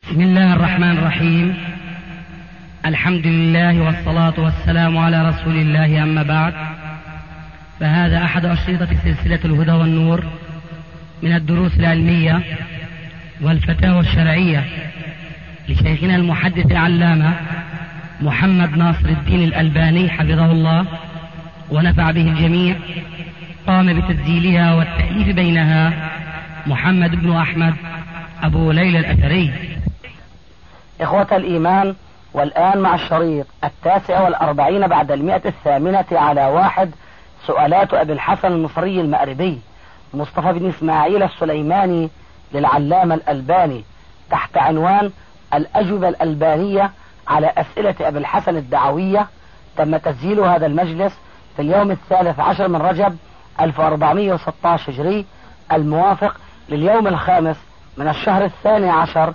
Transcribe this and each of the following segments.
بسم الله الرحمن الرحيم. الحمد لله والصلاة والسلام على رسول الله، أما بعد، فهذا أحد أشرطة سلسلة الهدى والنور من الدروس العلمية والفتاوى الشرعية لشيخنا المحدث العلامة محمد ناصر الدين الألباني حفظه الله ونفع به الجميع. قام بتسجيلها والتأليف بينها محمد بن أحمد أبو ليلى الأثري. إخوة الإيمان، والآن مع الشريط 49 بعد 108 سؤالات أبي الحسن المصري المأربي مصطفى بن إسماعيل السليماني للعلامة الألباني تحت عنوان الأجوبة الألبانية على أسئلة أبي الحسن الدعوية. تم تسجيل هذا المجلس في اليوم 13 من رجب 1416 هجري، الموافق لليوم 5 من الشهر 12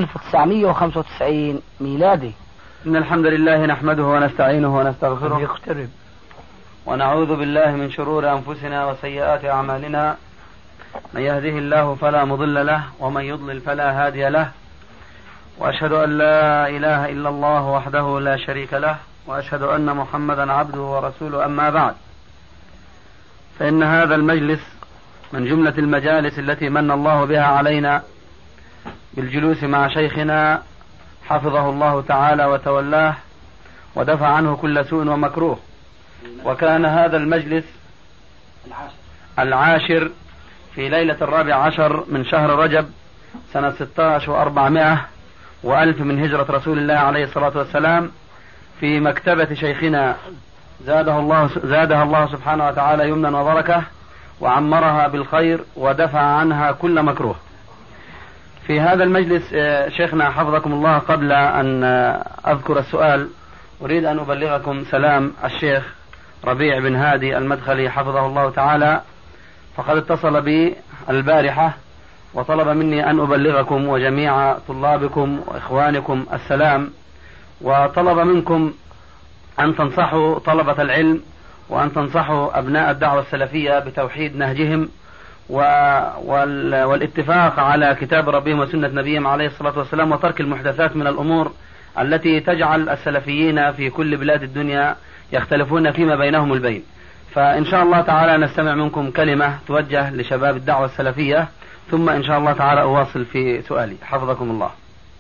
1995 ميلادي. إن الحمد لله نحمده ونستعينه ونستغفره ونعوذ بالله من شرور أنفسنا وسيئات أعمالنا. من يهده الله فلا مضل له ومن يضلل فلا هادي له، وأشهد أن لا إله إلا الله وحده لا شريك له، وأشهد أن محمدا عبده ورسوله. أما بعد، فإن هذا المجلس من جملة المجالس التي من الله بها علينا بالجلوس مع شيخنا حفظه الله تعالى وتولاه ودفع عنه كل سوء ومكروه. وكان هذا المجلس العاشر في ليلة 14 من شهر رجب سنة 16 و400 وألف من هجرة رسول الله عليه الصلاة والسلام في مكتبة شيخنا زادها الله سبحانه وتعالى يمنا وبركة، وعمرها بالخير ودفع عنها كل مكروه. في هذا المجلس شيخنا حفظكم الله، قبل أن أذكر السؤال أريد أن أبلغكم سلام الشيخ ربيع بن هادي المدخلي حفظه الله تعالى، فقد اتصل بي البارحة وطلب مني أن أبلغكم وجميع طلابكم وإخوانكم السلام، وطلب منكم أن تنصحوا طلبة العلم وأن تنصحوا أبناء الدعوة السلفية بتوحيد نهجهم والاتفاق على كتاب ربهم وسنة نبيهم عليه الصلاة والسلام، وترك المحدثات من الأمور التي تجعل السلفيين في كل بلاد الدنيا يختلفون فيما بينهم البين. فإن شاء الله تعالى نستمع منكم كلمة توجه لشباب الدعوة السلفية، ثم إن شاء الله تعالى أواصل في سؤالي. حفظكم الله.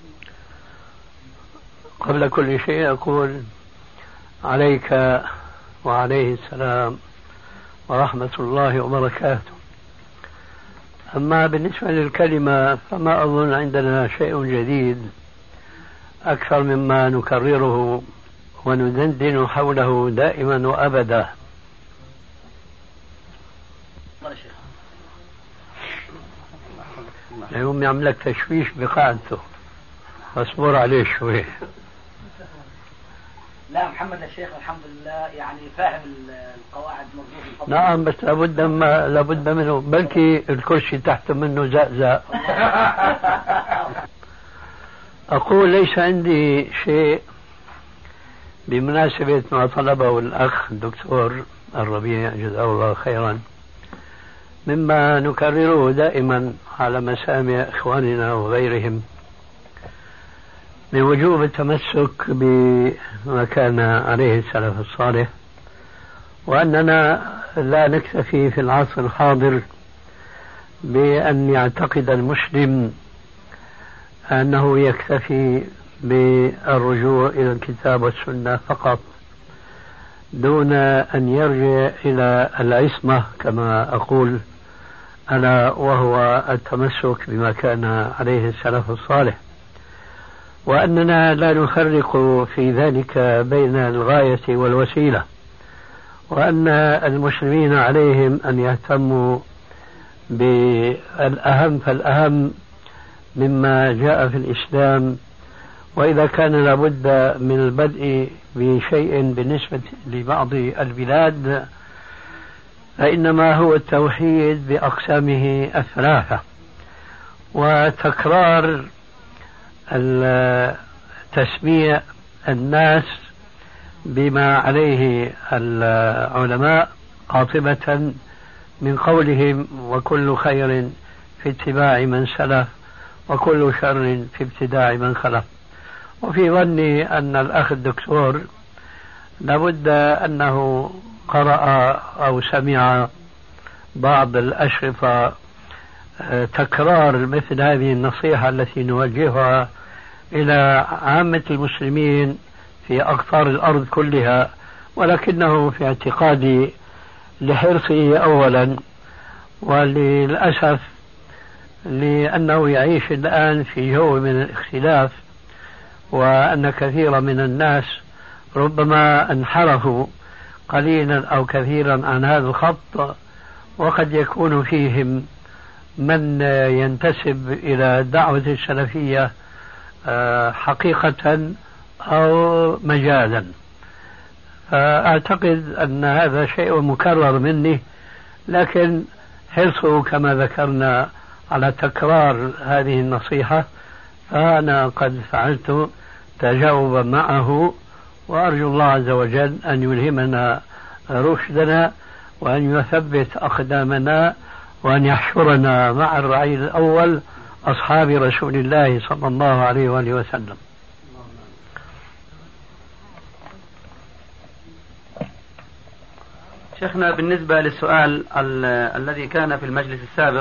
قبل كل شيء أقول عليك وعليه السلام ورحمة الله وبركاته. أما بالنسبة للكلمة فما أظن عندنا شيء جديد أكثر مما نكرره وندندن حوله دائما وأبدا. اليوم يعملك تشويش بقاعدته، فاصبر عليه شوي. لا محمد الشيخ الحمد لله يعني فاهم القواعد مضبوط. نعم، بس لابد منه، بلكي الكرسي تحت منه زأزأ. أقول ليس عندي شيء بمناسبة ما طلبه الأخ الدكتور الربيع جزاه الله خيرا، مما نكرره دائما على مسامع إخواننا وغيرهم من وجوب التمسك بما كان عليه السلف الصالح، وأننا لا نكتفي في العصر الحاضر بأن يعتقد المسلم أنه يكتفي بالرجوع إلى الكتاب والسنة فقط دون أن يرجع إلى العصمة كما أقول ألا وهو التمسك بما كان عليه السلف الصالح، وأننا لا نفرق في ذلك بين الغاية والوسيلة، وأن المسلمين عليهم أن يهتموا بالأهم فالأهم مما جاء في الإسلام. وإذا كان لابد من البدء بشيء بالنسبة لبعض البلاد فإنما هو التوحيد بأقسامه الثلاثة، وتكرار تسميع الناس بما عليه العلماء قاطبة من قولهم وكل خير في اتباع من سلف وكل شر في ابتداع من خلق. وفي ظني أن الأخ الدكتور لابد أنه قرأ أو سمع بعض الأشرطة تكرار مثل هذه النصيحة التي نوجهها إلى عامة المسلمين في أقطار الأرض كلها، ولكنه في اعتقادي لحرصه أولا، وللأسف لأنه يعيش الآن في جو من الاختلاف، وأن كثيرا من الناس ربما انحرفوا قليلا أو كثيرا عن هذا الخط، وقد يكون فيهم من ينتسب إلى الدعوة السلفية حقيقة أو مجازا. فأعتقد أن هذا شيء مكرر مني، لكن حرصه كما ذكرنا على تكرار هذه النصيحة، فأنا قد فعلت تجاوبا معه، وأرجو الله عز وجل أن يلهمنا رشدنا وأن يثبت أقدامنا وأن يحشرنا مع الرعي الأول أصحاب رسول الله صلى الله عليه وآله وسلم. شيخنا، بالنسبة للسؤال الذي كان في المجلس السابق،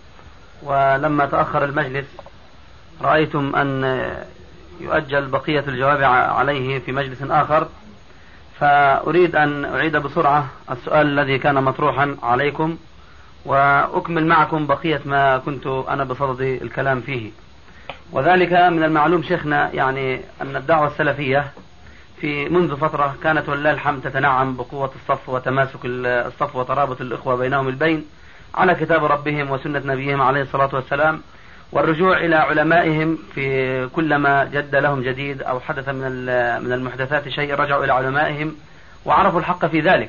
ولما تأخر المجلس رأيتم أن يؤجل بقية الجواب عليه في مجلس آخر، فأريد أن أعيد بسرعة السؤال الذي كان مطروحا عليكم، وأكمل معكم بقية ما كنت أنا بصدد الكلام فيه. وذلك من المعلوم شيخنا يعني أن الدعوة السلفية في منذ فترة كانت ولله الحمد تتنعم بقوة الصف وتماسك الصف وترابط الإخوة بينهم البين على كتاب ربهم وسنة نبيهم عليه الصلاة والسلام، والرجوع إلى علمائهم في كلما جد لهم جديد أو حدث من المحدثات شيء رجعوا إلى علمائهم وعرفوا الحق في ذلك.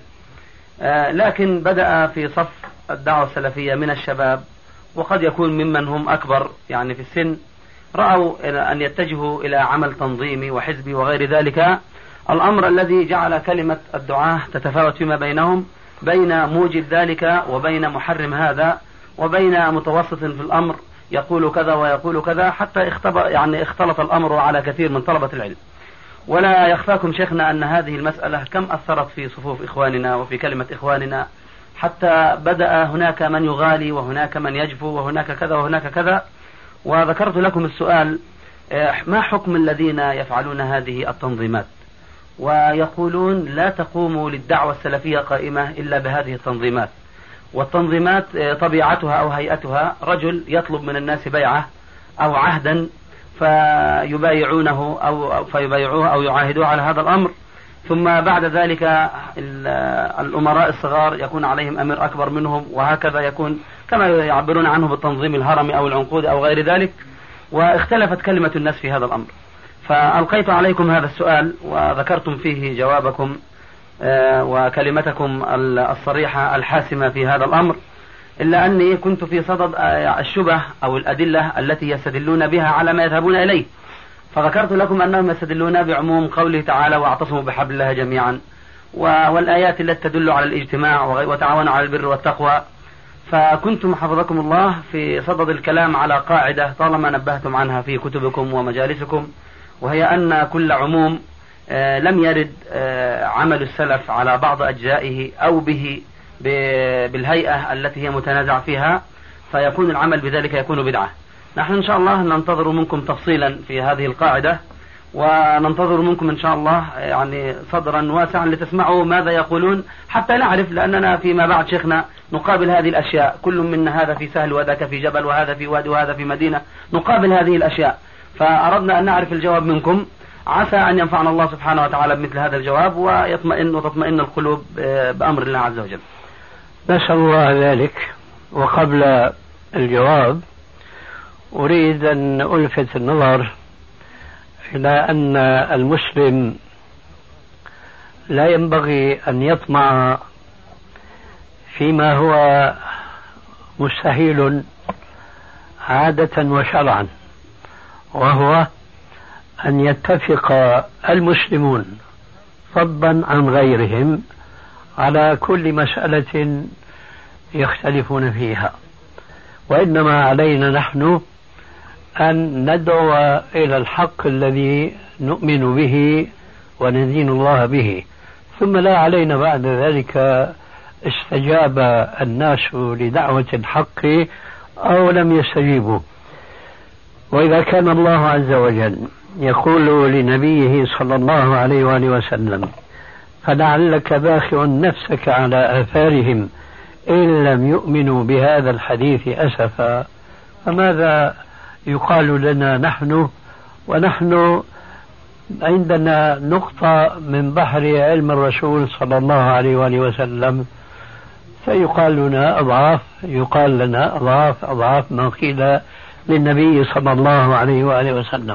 لكن بدأ في صف الدعوة السلفية من الشباب، وقد يكون ممن هم أكبر يعني في السن، رأوا أن يتجهوا إلى عمل تنظيمي وحزبي وغير ذلك، الأمر الذي جعل كلمة الدعاة تتفاوت فيما بينهم بين موجب ذلك وبين محرم هذا وبين متوسط في الأمر يقول كذا ويقول كذا، حتى اختلط الأمر على كثير من طلبة العلم. ولا يخفاكم شيخنا أن هذه المسألة كم أثرت في صفوف إخواننا وفي كلمة إخواننا، حتى بدأ هناك من يغالي وهناك من يجفو وهناك كذا وهناك كذا. وذكرت لكم السؤال: ما حكم الذين يفعلون هذه التنظيمات ويقولون لا تقوم للدعوة السلفية قائمة إلا بهذه التنظيمات؟ والتنظيمات طبيعتها أو هيئتها رجل يطلب من الناس بيعة أو عهدا فيبايعونه أو فيبايعوه أو يعاهدوه على هذا الأمر، ثم بعد ذلك الأمراء الصغار يكون عليهم أمير أكبر منهم، وهكذا يكون كما يعبرون عنه بالتنظيم الهرمي أو العنقود أو غير ذلك. واختلفت كلمة الناس في هذا الأمر، فألقيت عليكم هذا السؤال وذكرتم فيه جوابكم وكلمتكم الصريحة الحاسمة في هذا الأمر، إلا أني كنت في صدد الشبه أو الأدلة التي يستدلون بها على ما يذهبون إليه، فذكرت لكم أنهم يستدلون بعموم قوله تعالى: واعتصموا بحبل الله جميعا، والآيات التي تدل على الاجتماع وتعاونوا على البر والتقوى. فكنتم حفظكم الله في صدد الكلام على قاعدة طالما نبهتم عنها في كتبكم ومجالسكم، وهي أن كل عموم لم يرد عمل السلف على بعض أجزائه أو به بالهيئة التي هي متنازع فيها، فيكون العمل بذلك يكون بدعة. نحن إن شاء الله ننتظر منكم تفصيلا في هذه القاعدة، وننتظر منكم إن شاء الله يعني صدرا واسعا لتسمعوا ماذا يقولون، حتى نعرف، لأننا فيما بعد شيخنا نقابل هذه الأشياء، كل منا هذا في سهل وذاك في جبل وهذا في وادي وهذا في مدينة، نقابل هذه الأشياء، فأردنا أن نعرف الجواب منكم، عسى أن ينفعنا الله سبحانه وتعالى بمثل هذا الجواب وتطمئن القلوب بأمر الله عز وجل. نسأل الله ذلك. وقبل الجواب أريد أن ألفت النظر إلى أن المسلم لا ينبغي أن يطمع فيما هو مستحيل عادة وشرعا، وهو أن يتفق المسلمون فضلا عن غيرهم على كل مسألة يختلفون فيها، وإنما علينا نحن أن ندعو إلى الحق الذي نؤمن به وندين الله به، ثم لا علينا بعد ذلك استجاب الناس لدعوة الحق أو لم يستجيبوا. وإذا كان الله عز وجل يقول لنبيه صلى الله عليه وآله وسلم فلعلك باخع نفسك على آثارهم إن لم يؤمنوا بهذا الحديث أسفا، فماذا يقال لنا نحن ونحن عندنا نقطة من بحر علم الرسول صلى الله عليه وآله وسلم، فيقال لنا أضعاف ما قيل للنبي صلى الله عليه وآله وسلم.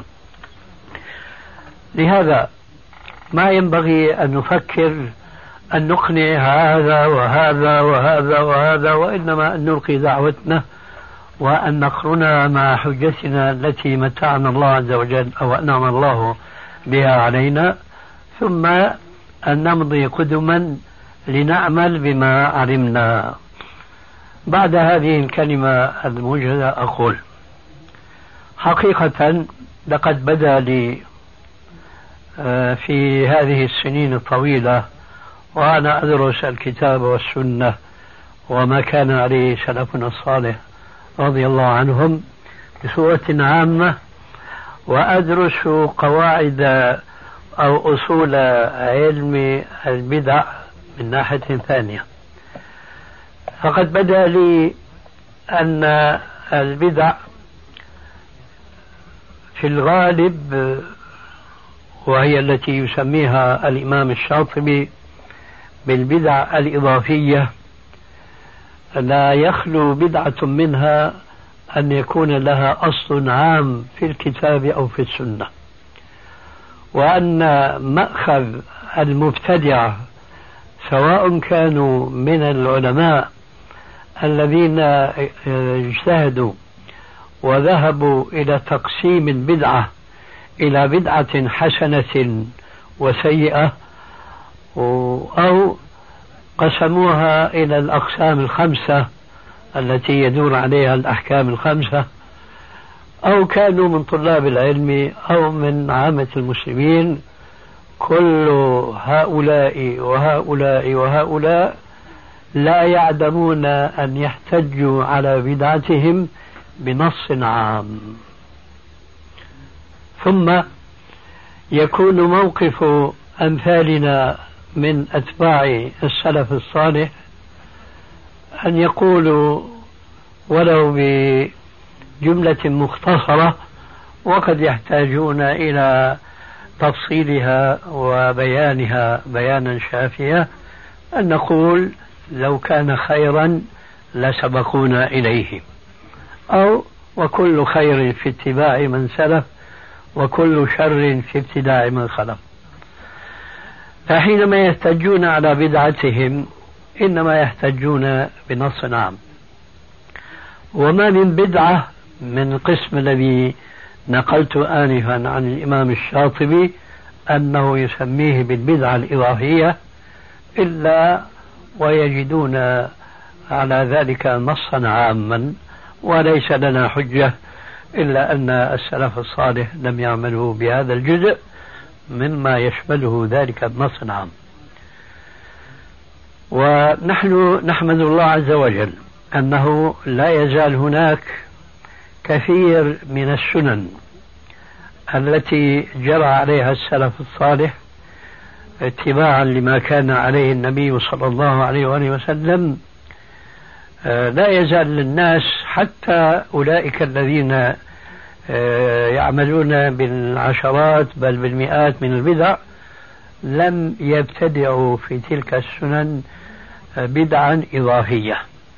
لهذا ما ينبغي أن نفكر أن نقنع هذا وهذا وهذا وهذا، وإنما أن نلقي دعوتنا وأن نقرنا مع حجتنا التي متعنا الله عز وجل أو أنعم الله بها علينا، ثم أن نمضي قدما لنعمل بما علمنا. بعد هذه الكلمة الموجزة أقول حقيقة لقد بدا لي في هذه السنين الطويلة وأنا أدرس الكتاب والسنة وما كان عليه سلفنا الصالح رضي الله عنهم بصورة عامة، وأدرس قواعد أو أصول علم البدع من ناحية ثانية. فقد بدا لي أن البدع في الغالب، وهي التي يسميها الإمام الشاطبي بالبدع الإضافية، لا يخلو بدعة منها أن يكون لها أصل عام في الكتاب أو في السنة، وأن مأخذ المبتدع سواء كانوا من العلماء الذين اجتهدوا وذهبوا إلى تقسيم البدعة إلى بدعة حسنة وسيئة، أو قسموها إلى الأقسام الخمسة التي يدور عليها الأحكام الخمسة، أو كانوا من طلاب العلم أو من عامة المسلمين، كل هؤلاء وهؤلاء وهؤلاء لا يعدمون أن يحتجوا على بدعتهم بنص عام. ثم يكون موقف أمثالنا من أتباع السلف الصالح أن يقولوا ولو بجملة مختصرة، وقد يحتاجون إلى تفصيلها وبيانها بيانا شافيا، أن نقول لو كان خيرا لسبقونا إليه، أو وكل خير في اتباع من سلف وكل شر في ابتداع من خلف. فحينما يحتجون على بدعتهم إنما يحتجون بنص عام. وما من بدعة من القسم الذي نقلت آنفا عن الإمام الشاطبي أنه يسميه بالبدعة الإضافية إلا ويجدون على ذلك نصا عاما، وليس لنا حجة إلا أن السلف الصالح لم يعملوا بهذا الجزء مما يشمله ذلك النص العام. ونحن نحمد الله عز وجل أنه لا يزال هناك كثير من السنن التي جرى عليها السلف الصالح اتباعا لما كان عليه النبي صلى الله عليه وآله وسلم، لا يزال للناس حتى أولئك الذين يعملون بالعشرات بل بالمئات من البدع لم يبتدعوا في تلك السنن بدعا إضافية.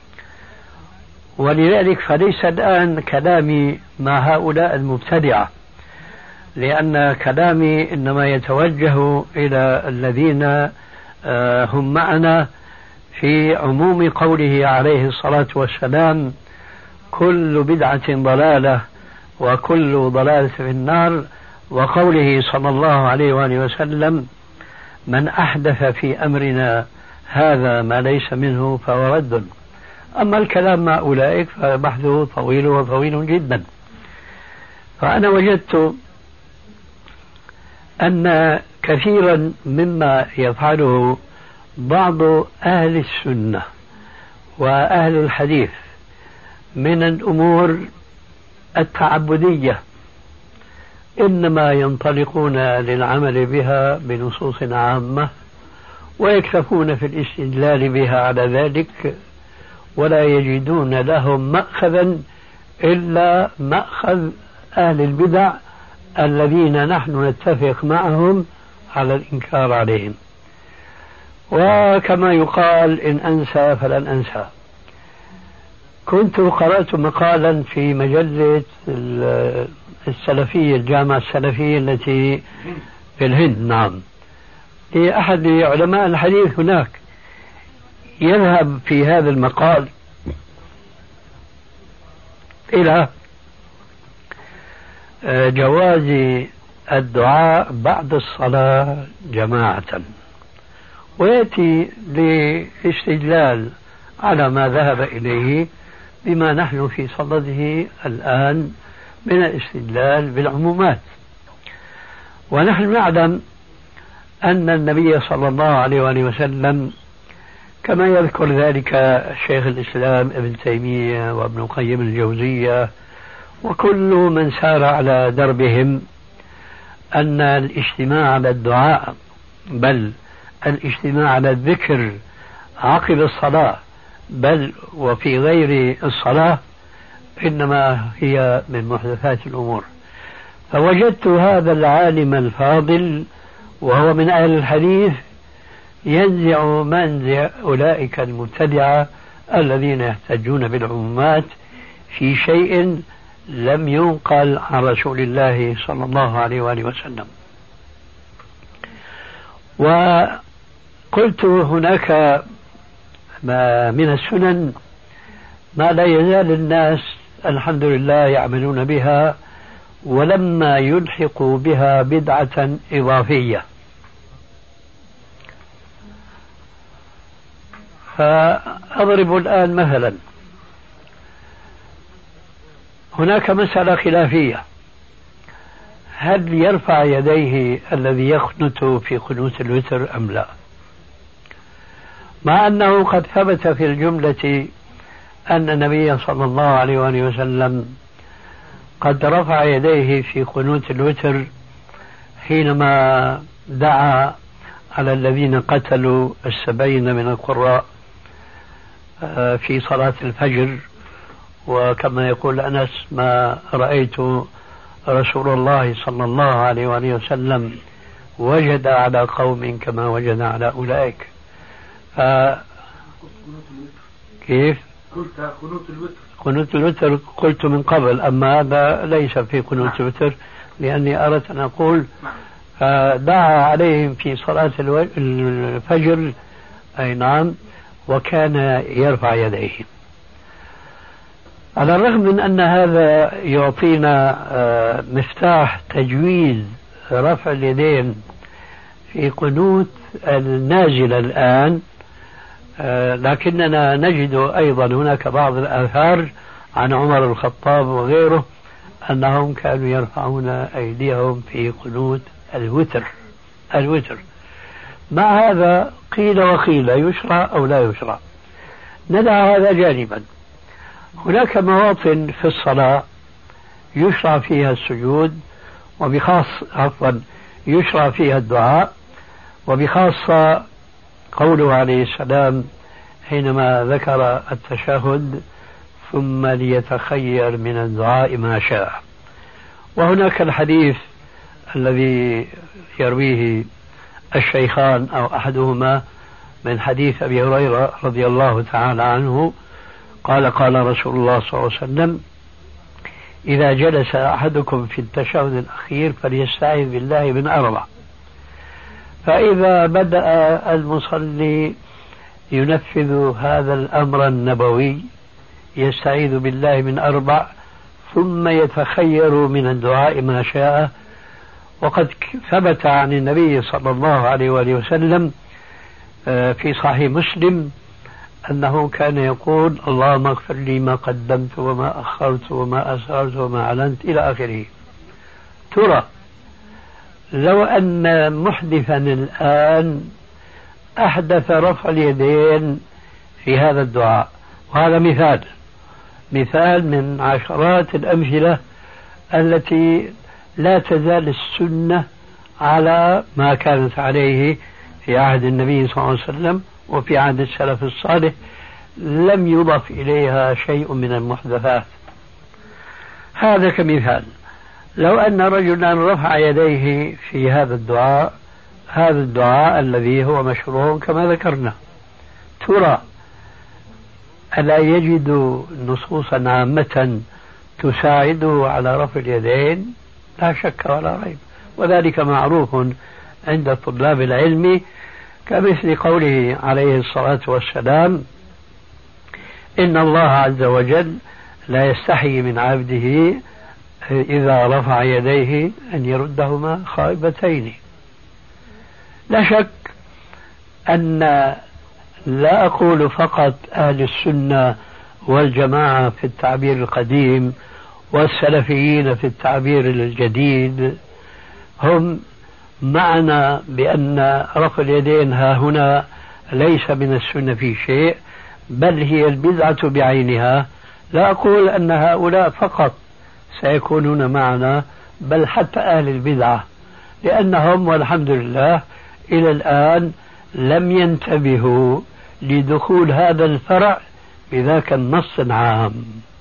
ولذلك فليس الآن كلامي مع هؤلاء المبتدعة، لأن كلامي إنما يتوجه إلى الذين هم معنا في عموم قوله عليه الصلاة والسلام كل بدعة ضلالة وكل ضلالة في النار، وقوله صلى الله عليه وآله وسلم من أحدث في أمرنا هذا ما ليس منه فهو رد. أما الكلام مع أولئك فبحثه طويل وطويل جدا. فأنا وجدت أن كثيرا مما يفعله بعض أهل السنة وأهل الحديث من الأمور التعبدية إنما ينطلقون للعمل بها بنصوص عامة ويكتفون في الاستدلال بها على ذلك، ولا يجدون لهم مأخذا إلا مأخذ أهل البدع الذين نحن نتفق معهم على الإنكار عليهم. وكما يقال إن أنسى فلن أنسى، كنت قرأت مقالا في مجلة السلفية، الجامعة السلفية التي في الهند، نعم، لأحد علماء الحديث هناك، يذهب في هذا المقال إلى جواز الدعاء بعد الصلاة جماعة، ويأتي لاستدلال على ما ذهب إليه بما نحن في صدده الآن من الاستدلال بالعمومات. ونحن نعلم أن النبي صلى الله عليه وآله وسلم كما يذكر ذلك شيخ الإسلام ابن تيمية وابن القيم الجوزية وكل من سار على دربهم، أن الاجتماع على الدعاء بل الاجتماع على الذكر عقب الصلاة بل وفي غير الصلاة إنما هي من محدثات الأمور. فوجدت هذا العالم الفاضل وهو من أهل الحديث ينزع منزع أولئك المبتدعة الذين يحتجون بالعمومات في شيء لم ينقل عن رسول الله صلى الله عليه وآله وسلم. وقلت هناك ما من السنن ما لا يزال الناس الحمد لله يعملون بها ولما يلحقوا بها بدعة إضافية. فأضرب الآن مثلا، هناك مسألة خلافية، هل يرفع يديه الذي يقنت في قنوت الوتر أم لا؟ مع أنه قد ثبت في الجملة أن النبي صلى الله عليه وآله وسلم قد رفع يديه في قنوت الوتر حينما دعا على الذين قتلوا 70 من القراء في صلاة الفجر. وكما يقول أنس ما رأيت رسول الله صلى الله عليه وآله وسلم وجد على قوم كما وجد على أولئك. كيف؟ قلت قنوت الوتر. قنوت الوتر قلت من قبل، أما هذا ليس في قنوت الوتر لأني أردت أن أقول دعا عليهم في صلاة الفجر، أي نعم، وكان يرفع يديه. على الرغم من أن هذا يعطينا مفتاح تجويز رفع اليدين في قنوت النازل الآن، لكننا نجد أيضا هناك بعض الآثار عن عمر الخطاب وغيره أنهم كانوا يرفعون أيديهم في قنوت الوتر. مع هذا قيل وقيل يشرع أو لا يشرع، ندع هذا جانبا. هناك مواطن في الصلاة يشرع فيها السجود، يشرع فيها الدعاء، وبخاصة قوله عليه السلام حينما ذكر التشهد ثم ليتخير من الدعاء ما شاء. وهناك الحديث الذي يرويه الشيخان أو أحدهما من حديث أبي هريرة رضي الله تعالى عنه قال قال رسول الله صلى الله عليه وسلم: إذا جلس أحدكم في التشهد الأخير فليستعذ بالله من 4. فإذا بدأ المصلي ينفذ هذا الأمر النبوي يستعيذ بالله من 4 ثم يتخير من الدعاء ما شاء. وقد ثبت عن النبي صلى الله عليه وآله وسلم في صحيح مسلم أنه كان يقول: اللهم اغفر لي ما قدمت وما أخرت وما أسررت وما أعلنت إلى آخره. ترى لو أن محدثا الآن أحدث رفع اليدين في هذا الدعاء، وهذا مثال من عشرات الأمثلة التي لا تزال السنة على ما كانت عليه في عهد النبي صلى الله عليه وسلم وفي عهد السلف الصالح، لم يضف إليها شيء من المحدثات. هذا كمثال. لو أن رجلا رفع يديه في هذا الدعاء الذي هو مشروع كما ذكرنا، ترى ألا يجد نصوصا عامة تساعده على رفع اليدين؟ لا شك ولا ريب، وذلك معروف عند طلاب العلم، كمثل قوله عليه الصلاة والسلام: إن الله عز وجل لا يستحي من عبده إذا رفع يديه أن يردهما خائبتين. لا شك أن لا أقول فقط أهل السنة والجماعة في التعبير القديم والسلفيين في التعبير الجديد هم معنا بأن رفع اليدين ها هنا ليس من السنة في شيء، بل هي البدعة بعينها. لا أقول أن هؤلاء فقط سيكونون معنا، بل حتى أهل البدعة، لأنهم والحمد لله إلى الآن لم ينتبهوا لدخول هذا الفرع بذاك النص العام.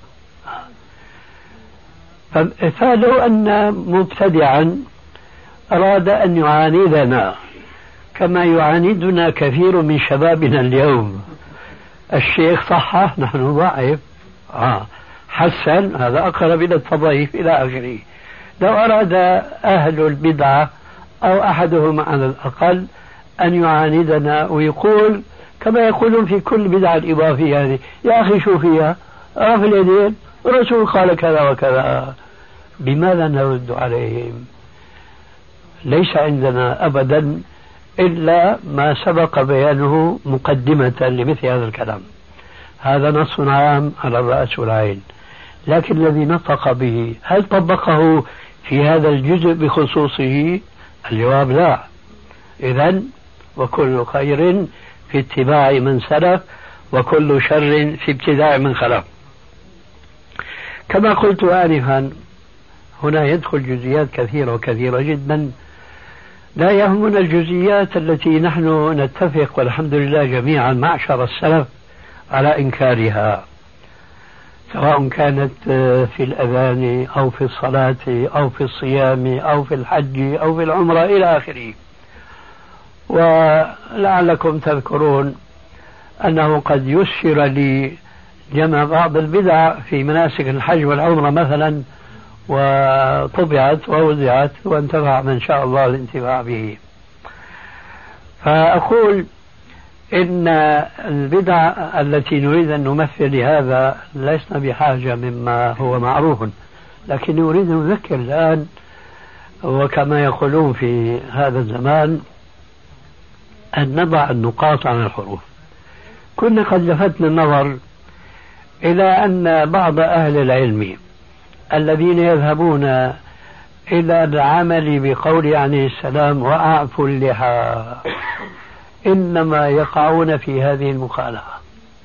فلو أن مبتدعا أراد أن يعاندنا كما يعاندنا كثير من شبابنا اليوم، الشيخ صحح نحن ضعيف، حسن هذا أقرب إلى التضعيف إلى آخره. لو أراد أهل البدعة أو أحدهم على الأقل أن يعاندنا ويقول كما يقولون في كل بدعة الإضافية هذه: يا أخي شو فيها رفع اليدين، الرسول قال كذا وكذا، بماذا نرد عليهم؟ ليس عندنا أبدا إلا ما سبق بيانه مقدمة لمثل هذا الكلام. هذا نص عام على الرأس والعين، لكن الذي نطق به هل طبقه في هذا الجزء بخصوصه؟ الجواب لا. إذن وكل خير في اتباع من سلف وكل شر في ابتداع من خلف. كما قلت آنفا، هنا يدخل جزئيات كثيرة جدا، لا يهمنا الجزئيات التي نحن نتفق والحمد لله جميعا معشر السلف على إنكارها، سواء كانت في الأذان أو في الصلاة أو في الصيام أو في الحج أو في العمرة إلى آخره. ولعلكم تذكرون أنه قد يسر لي جمع بعض البدع في مناسك الحج والعمرة مثلا، وطبعت ووزعت وانتفع من شاء الله الانتفاع به. فأقول إن البدع التي نريد أن نمثل لهذا لسنا بحاجة مما هو معروف، لكن نريد أن نذكر الآن، وكما يقولون في هذا الزمان أن نضع النقاط على الحروف. كنا قد لفتنا النظر إلى أن بعض أهل العلم الذين يذهبون إلى العمل بقول عليه السلام وأعفوا اللحى إنما يقعون في هذه المخالفة.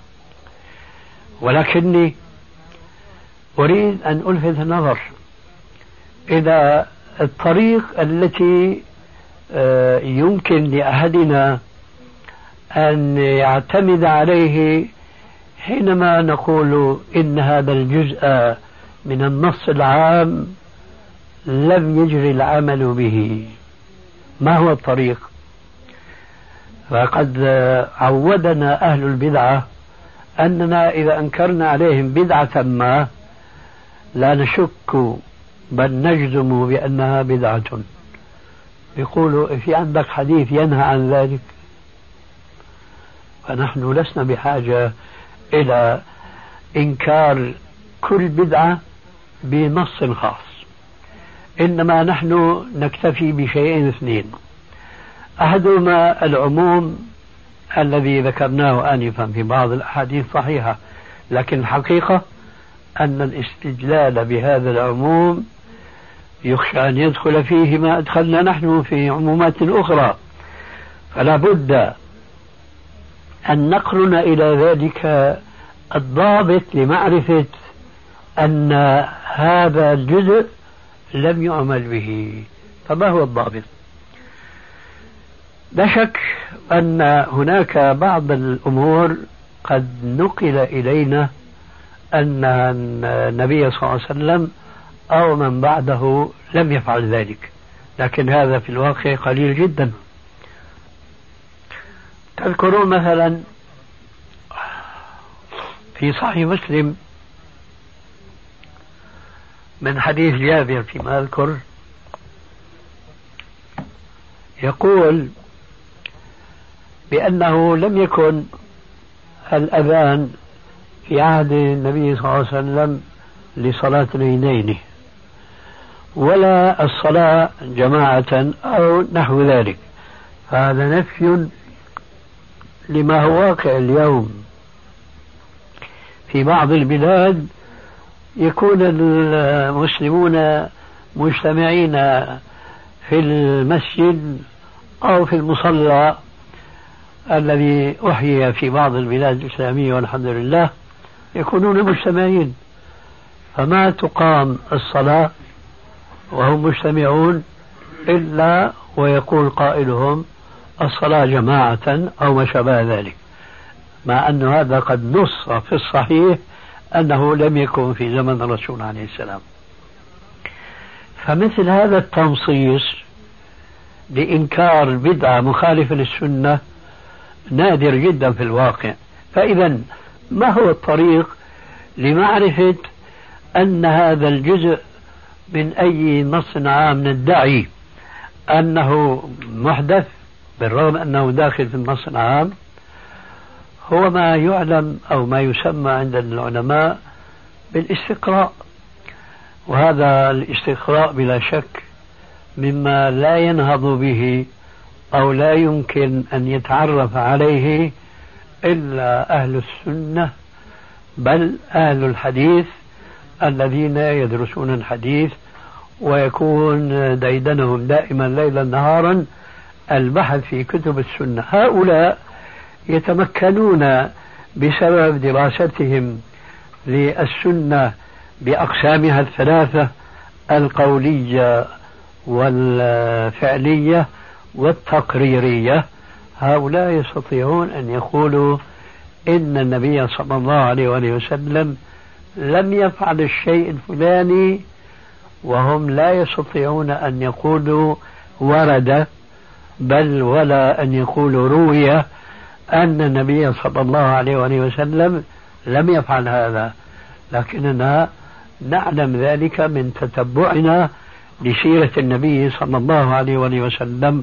ولكني أريد أن ألفت النظر إلى الطريق التي يمكن لأحدنا أن يعتمد عليه حينما نقول إن هذا الجزء من النص العام لم يجري العمل به. ما هو الطريق؟ فقد عودنا أهل البدعة أننا إذا أنكرنا عليهم بدعة ما لا نشك بل نجزم بأنها بدعة. يقولوا في عندك حديث ينهى عن ذلك؟ فنحن لسنا بحاجة إلى إنكار كل بدعة بنص خاص، إنما نحن نكتفي بشيئين اثنين: أحدهما العموم الذي ذكرناه آنفا في بعض الأحاديث صحيحة، لكن الحقيقة أن الاستدلال بهذا العموم يخشى أن يدخل فيه ما أدخلنا نحن في عمومات أخرى، فلا بد أن نقرن إلى ذلك الضابط لمعرفة أن هذا الجزء لم يعمل به. فما هو الضابط؟ لا شك أن هناك بعض الأمور قد نقل إلينا أن النبي صلى الله عليه وسلم أو من بعده لم يفعل ذلك، لكن هذا في الواقع قليل جدا. تذكرون مثلا في صحيح مسلم من حديث جابر فيما أذكر يقول بأنه لم يكن الأذان في عهد النبي صلى الله عليه وسلم لصلاة العيدين ولا الصلاة جماعة أو نحو ذلك، فهذا نفي لما هو واقع اليوم. في بعض البلاد يكون المسلمون مجتمعين في المسجد أو في المصلى الذي أحيي في بعض البلاد الإسلامية والحمد لله، يكونون مجتمعين، فما تقام الصلاة وهم مجتمعون إلا ويقول قائلهم الصلاة جماعة أو ما شابه ذلك، مع أن هذا قد نص في الصحيح أنه لم يكن في زمن الرسول عليه السلام. فمثل هذا التنصيص لإنكار بدعة مخالفة للسنة نادر جدا في الواقع. فإذا ما هو الطريق لمعرفة أن هذا الجزء من أي نص عام ندعي أنه محدث بالرغم أنه داخل في النص العام؟ هو ما يعلم أو ما يسمى عند العلماء بالاستقراء، وهذا الاستقراء بلا شك مما لا ينهض به أو لا يمكن أن يتعرف عليه إلا أهل السنة، بل أهل الحديث الذين يدرسون الحديث ويكون ديدنهم دائما ليلا نهارا البحث في كتب السنة. هؤلاء يتمكنون بسبب دراستهم للسنة بأقسامها الثلاثة القولية والفعلية والتقريرية، هؤلاء يستطيعون أن يقولوا إن النبي صلى الله عليه وسلم لم يفعل الشيء الفلاني، وهم لا يستطيعون أن يقولوا ورد بل ولا أن يقولوا روي أن النبي صلى الله عليه وسلم لم يفعل هذا، لكننا نعلم ذلك من تتبعنا لسيرة النبي صلى الله عليه وسلم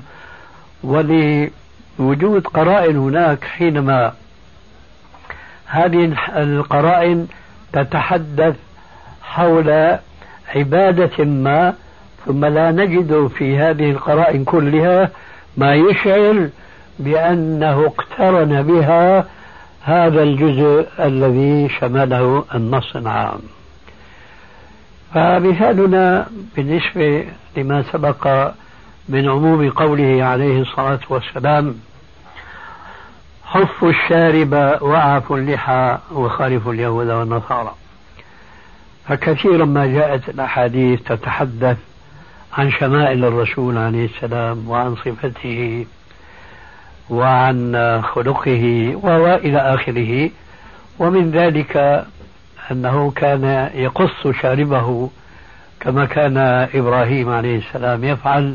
ولوجود قرائن هناك. حينما هذه القرائن تتحدث حول عبادة ما ثم لا نجد في هذه القرائن كلها ما يشعر بأنه اقترن بها هذا الجزء الذي شمله النص العام. فمثالنا بالنسبة لما سبق من عموم قوله عليه الصلاة والسلام حفوا الشارب وعفوا اللحى وخالفوا اليهود والنصارى، فكثيرا ما جاءت الأحاديث تتحدث عن شمائل الرسول عليه السلام وعن صفته وعن خلقه وإلى آخره، ومن ذلك أنه كان يقص شاربه كما كان إبراهيم عليه السلام يفعل،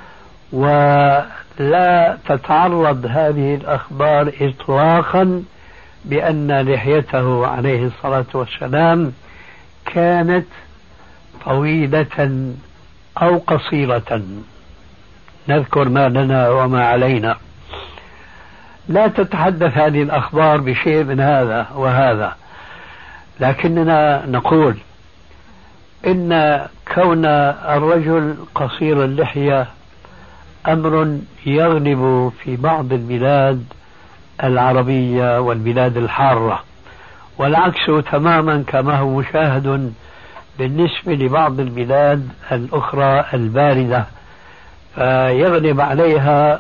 ولا تتعرض هذه الأخبار إطلاقا بأن لحيته عليه الصلاة والسلام كانت طويلة أو قصيرة، نذكر ما لنا وما علينا. لا تتحدث هذه الأخبار بشيء من هذا وهذا، لكننا نقول إن كون الرجل قصير اللحية أمر يغلب في بعض البلاد العربية والبلاد الحارة، والعكس تماما كما هو مشاهد بالنسبة لبعض البلاد الأخرى الباردة، يغلب عليها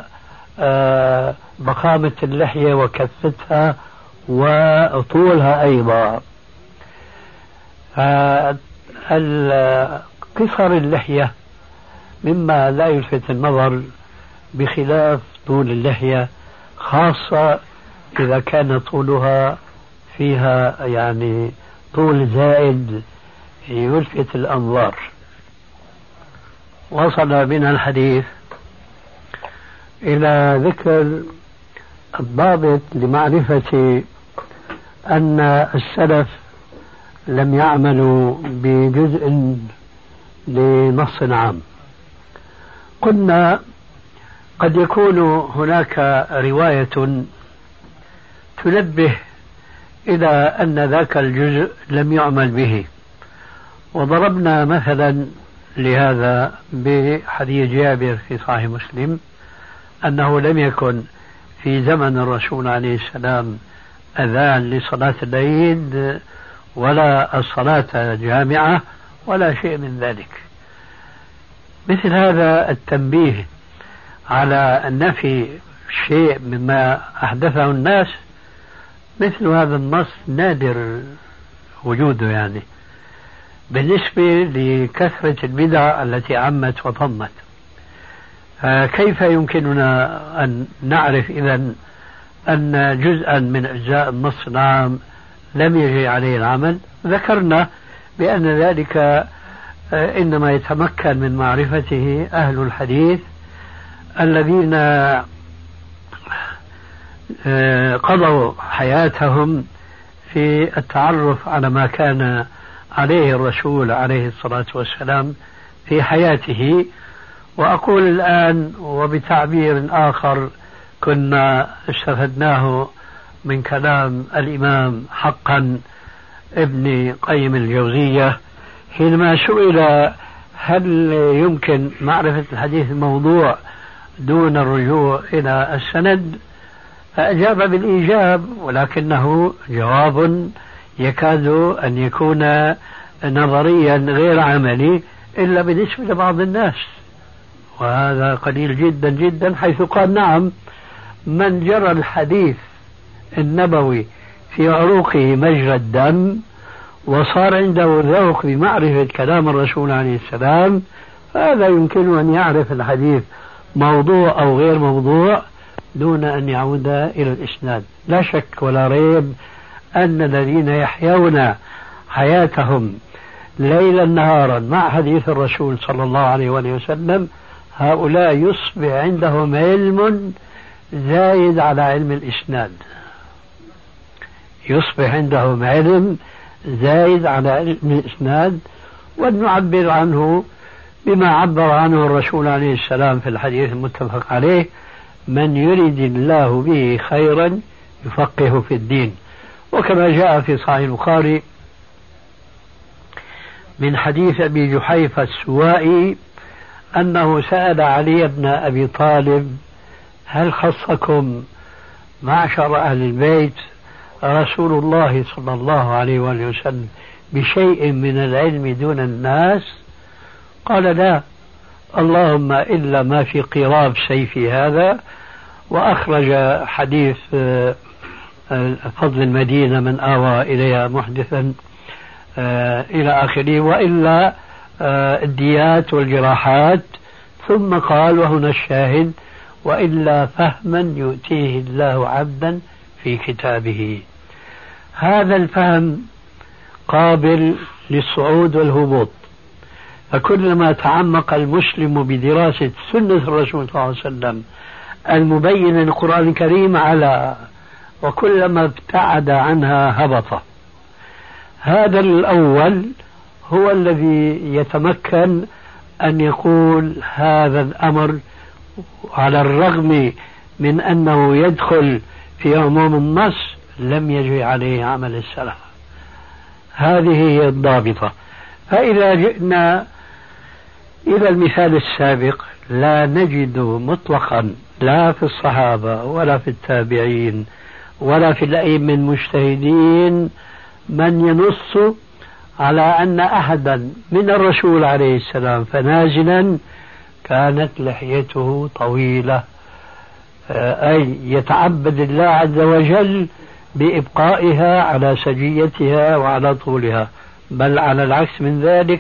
ضخامة اللحية وكثتها وطولها أيضا. قصر اللحية مما لا يلفت النظر بخلاف طول اللحية، خاصة إذا كان طولها فيها يعني طول زائد يلفت الأنظار. وصل بنا الحديث إلى ذكر الضابط لمعرفة أن السلف لم يعملوا بجزء لنص عام. قلنا قد يكون هناك رواية تنبه إلى أن ذاك الجزء لم يعمل به، وضربنا مثلا لهذا بحديث جابر في صحيح مسلم أنه لم يكن في زمن الرسول عليه السلام أذان لصلاة العيد ولا الصلاة جامعة ولا شيء من ذلك. مثل هذا التنبيه على النفي شيء مما أحدثه الناس، مثل هذا النص نادر وجوده يعني بالنسبة لكثرة البدع التي عمت وطمت. كيف يمكننا أن نعرف إذن أن جزءا من أجزاء النص العام لم يجري عليه العمل؟ ذكرنا بأن ذلك إنما يتمكن من معرفته أهل الحديث الذين قضوا حياتهم في التعرف على ما كان عليه الرسول عليه الصلاة والسلام في حياته. وأقول الآن وبتعبير آخر كنا استفدناه من كلام الإمام حقا ابن قيم الجوزية حينما سئل هل يمكن معرفة الحديث الموضوع دون الرجوع إلى السند، فأجاب بالإيجاب، ولكنه جواب يكاد أن يكون نظريا غير عملي إلا بالنسبة لبعض الناس، وهذا قليل جدا جدا، حيث قال نعم من جرى الحديث النبوي في عروقه مجرى الدم وصار عنده ذوق بمعرفة كلام الرسول عليه السلام، فهذا يمكن أن يعرف الحديث موضوع أو غير موضوع دون أن يعود إلى الإسناد. لا شك ولا ريب أن الذين يحيون حياتهم ليلا نهارا مع حديث الرسول صلى الله عليه وسلم هؤلاء يصبح عندهم علم زايد على علم الإسناد، يصبح عندهم علم زايد على علم الإسناد، ونعبر عنه بما عبر عنه الرسول عليه السلام في الحديث المتفق عليه: من يريد الله به خيرا يفقه في الدين. وكما جاء في صحيح البخاري من حديث أبي جحيفة السوائي أنه سأل علي بن أبي طالب: هل خصكم معشر أهل البيت رسول الله صلى الله عليه وسلم بشيء من العلم دون الناس؟ قال: لا، اللهم إلا ما في قراب سيفي هذا. وأخرج حديث فضل المدينة من آوى إليها محدثا إلى آخره، وإلا الديات والجراحات، ثم قال وهنا الشاهد: وإلا فهما يؤتيه الله عبدا في كتابه. هذا الفهم قابل للصعود والهبوط، فكلما تعمق المسلم بدراسة سنة الرسول صلى الله عليه وسلم المبين للقرآن الكريم على، وكلما ابتعد عنها هبط. هذا الأول هو الذي يتمكن أن يقول هذا الأمر على الرغم من أنه يدخل في عموم النص لم يجري عليه عمل السلف. هذه هي الضابطة. فإذا جئنا إلى المثال السابق لا نجد مطلقا لا في الصحابة ولا في التابعين ولا في الأئمة المجتهدين من ينص على أن أحدا من الرسول عليه السلام فنازلا كانت لحيته طويلة، أي يتعبد الله عز وجل بإبقائها على سجيتها وعلى طولها. بل على العكس من ذلك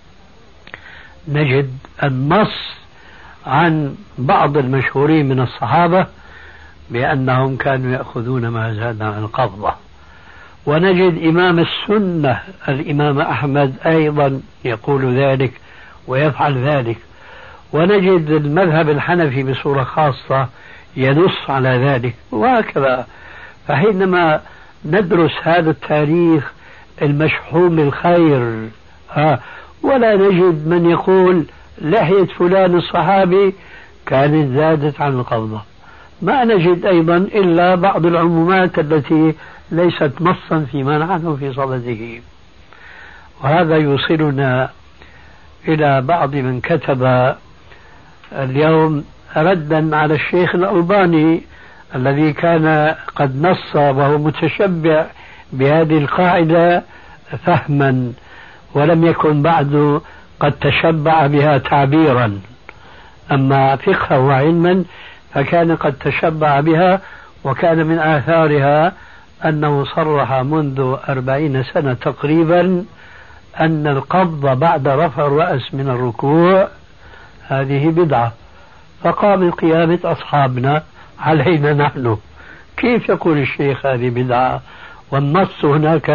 نجد النص عن بعض المشهورين من الصحابة بأنهم كانوا يأخذون ما زاد عن القبضة، ونجد إمام السنة الإمام أحمد أيضا يقول ذلك ويفعل ذلك، ونجد المذهب الحنفي بصورة خاصة ينص على ذلك، وهكذا. فحينما ندرس هذا التاريخ المشحون بالخير ولا نجد من يقول لحية فلان الصحابي كانت زادت عن القبضة، ما نجد أيضا إلا بعض العمومات التي ليست نصا فيما نحن في صدده. وهذا يوصلنا إلى بعض من كتب اليوم ردا على الشيخ الألباني الذي كان قد نص وهو متشبع بهذه القاعدة فهما، ولم يكن بعد قد تشبع بها تعبيرا، أما فقها وعلما فكان قد تشبع بها. وكان من آثارها أنه صرح منذ 40 سنة تقريبا أن القبض بعد رفع الرأس من الركوع هذه بدعة، فقام قيامة أصحابنا علينا نحن. كيف يقول الشيخ هذه بدعة والنص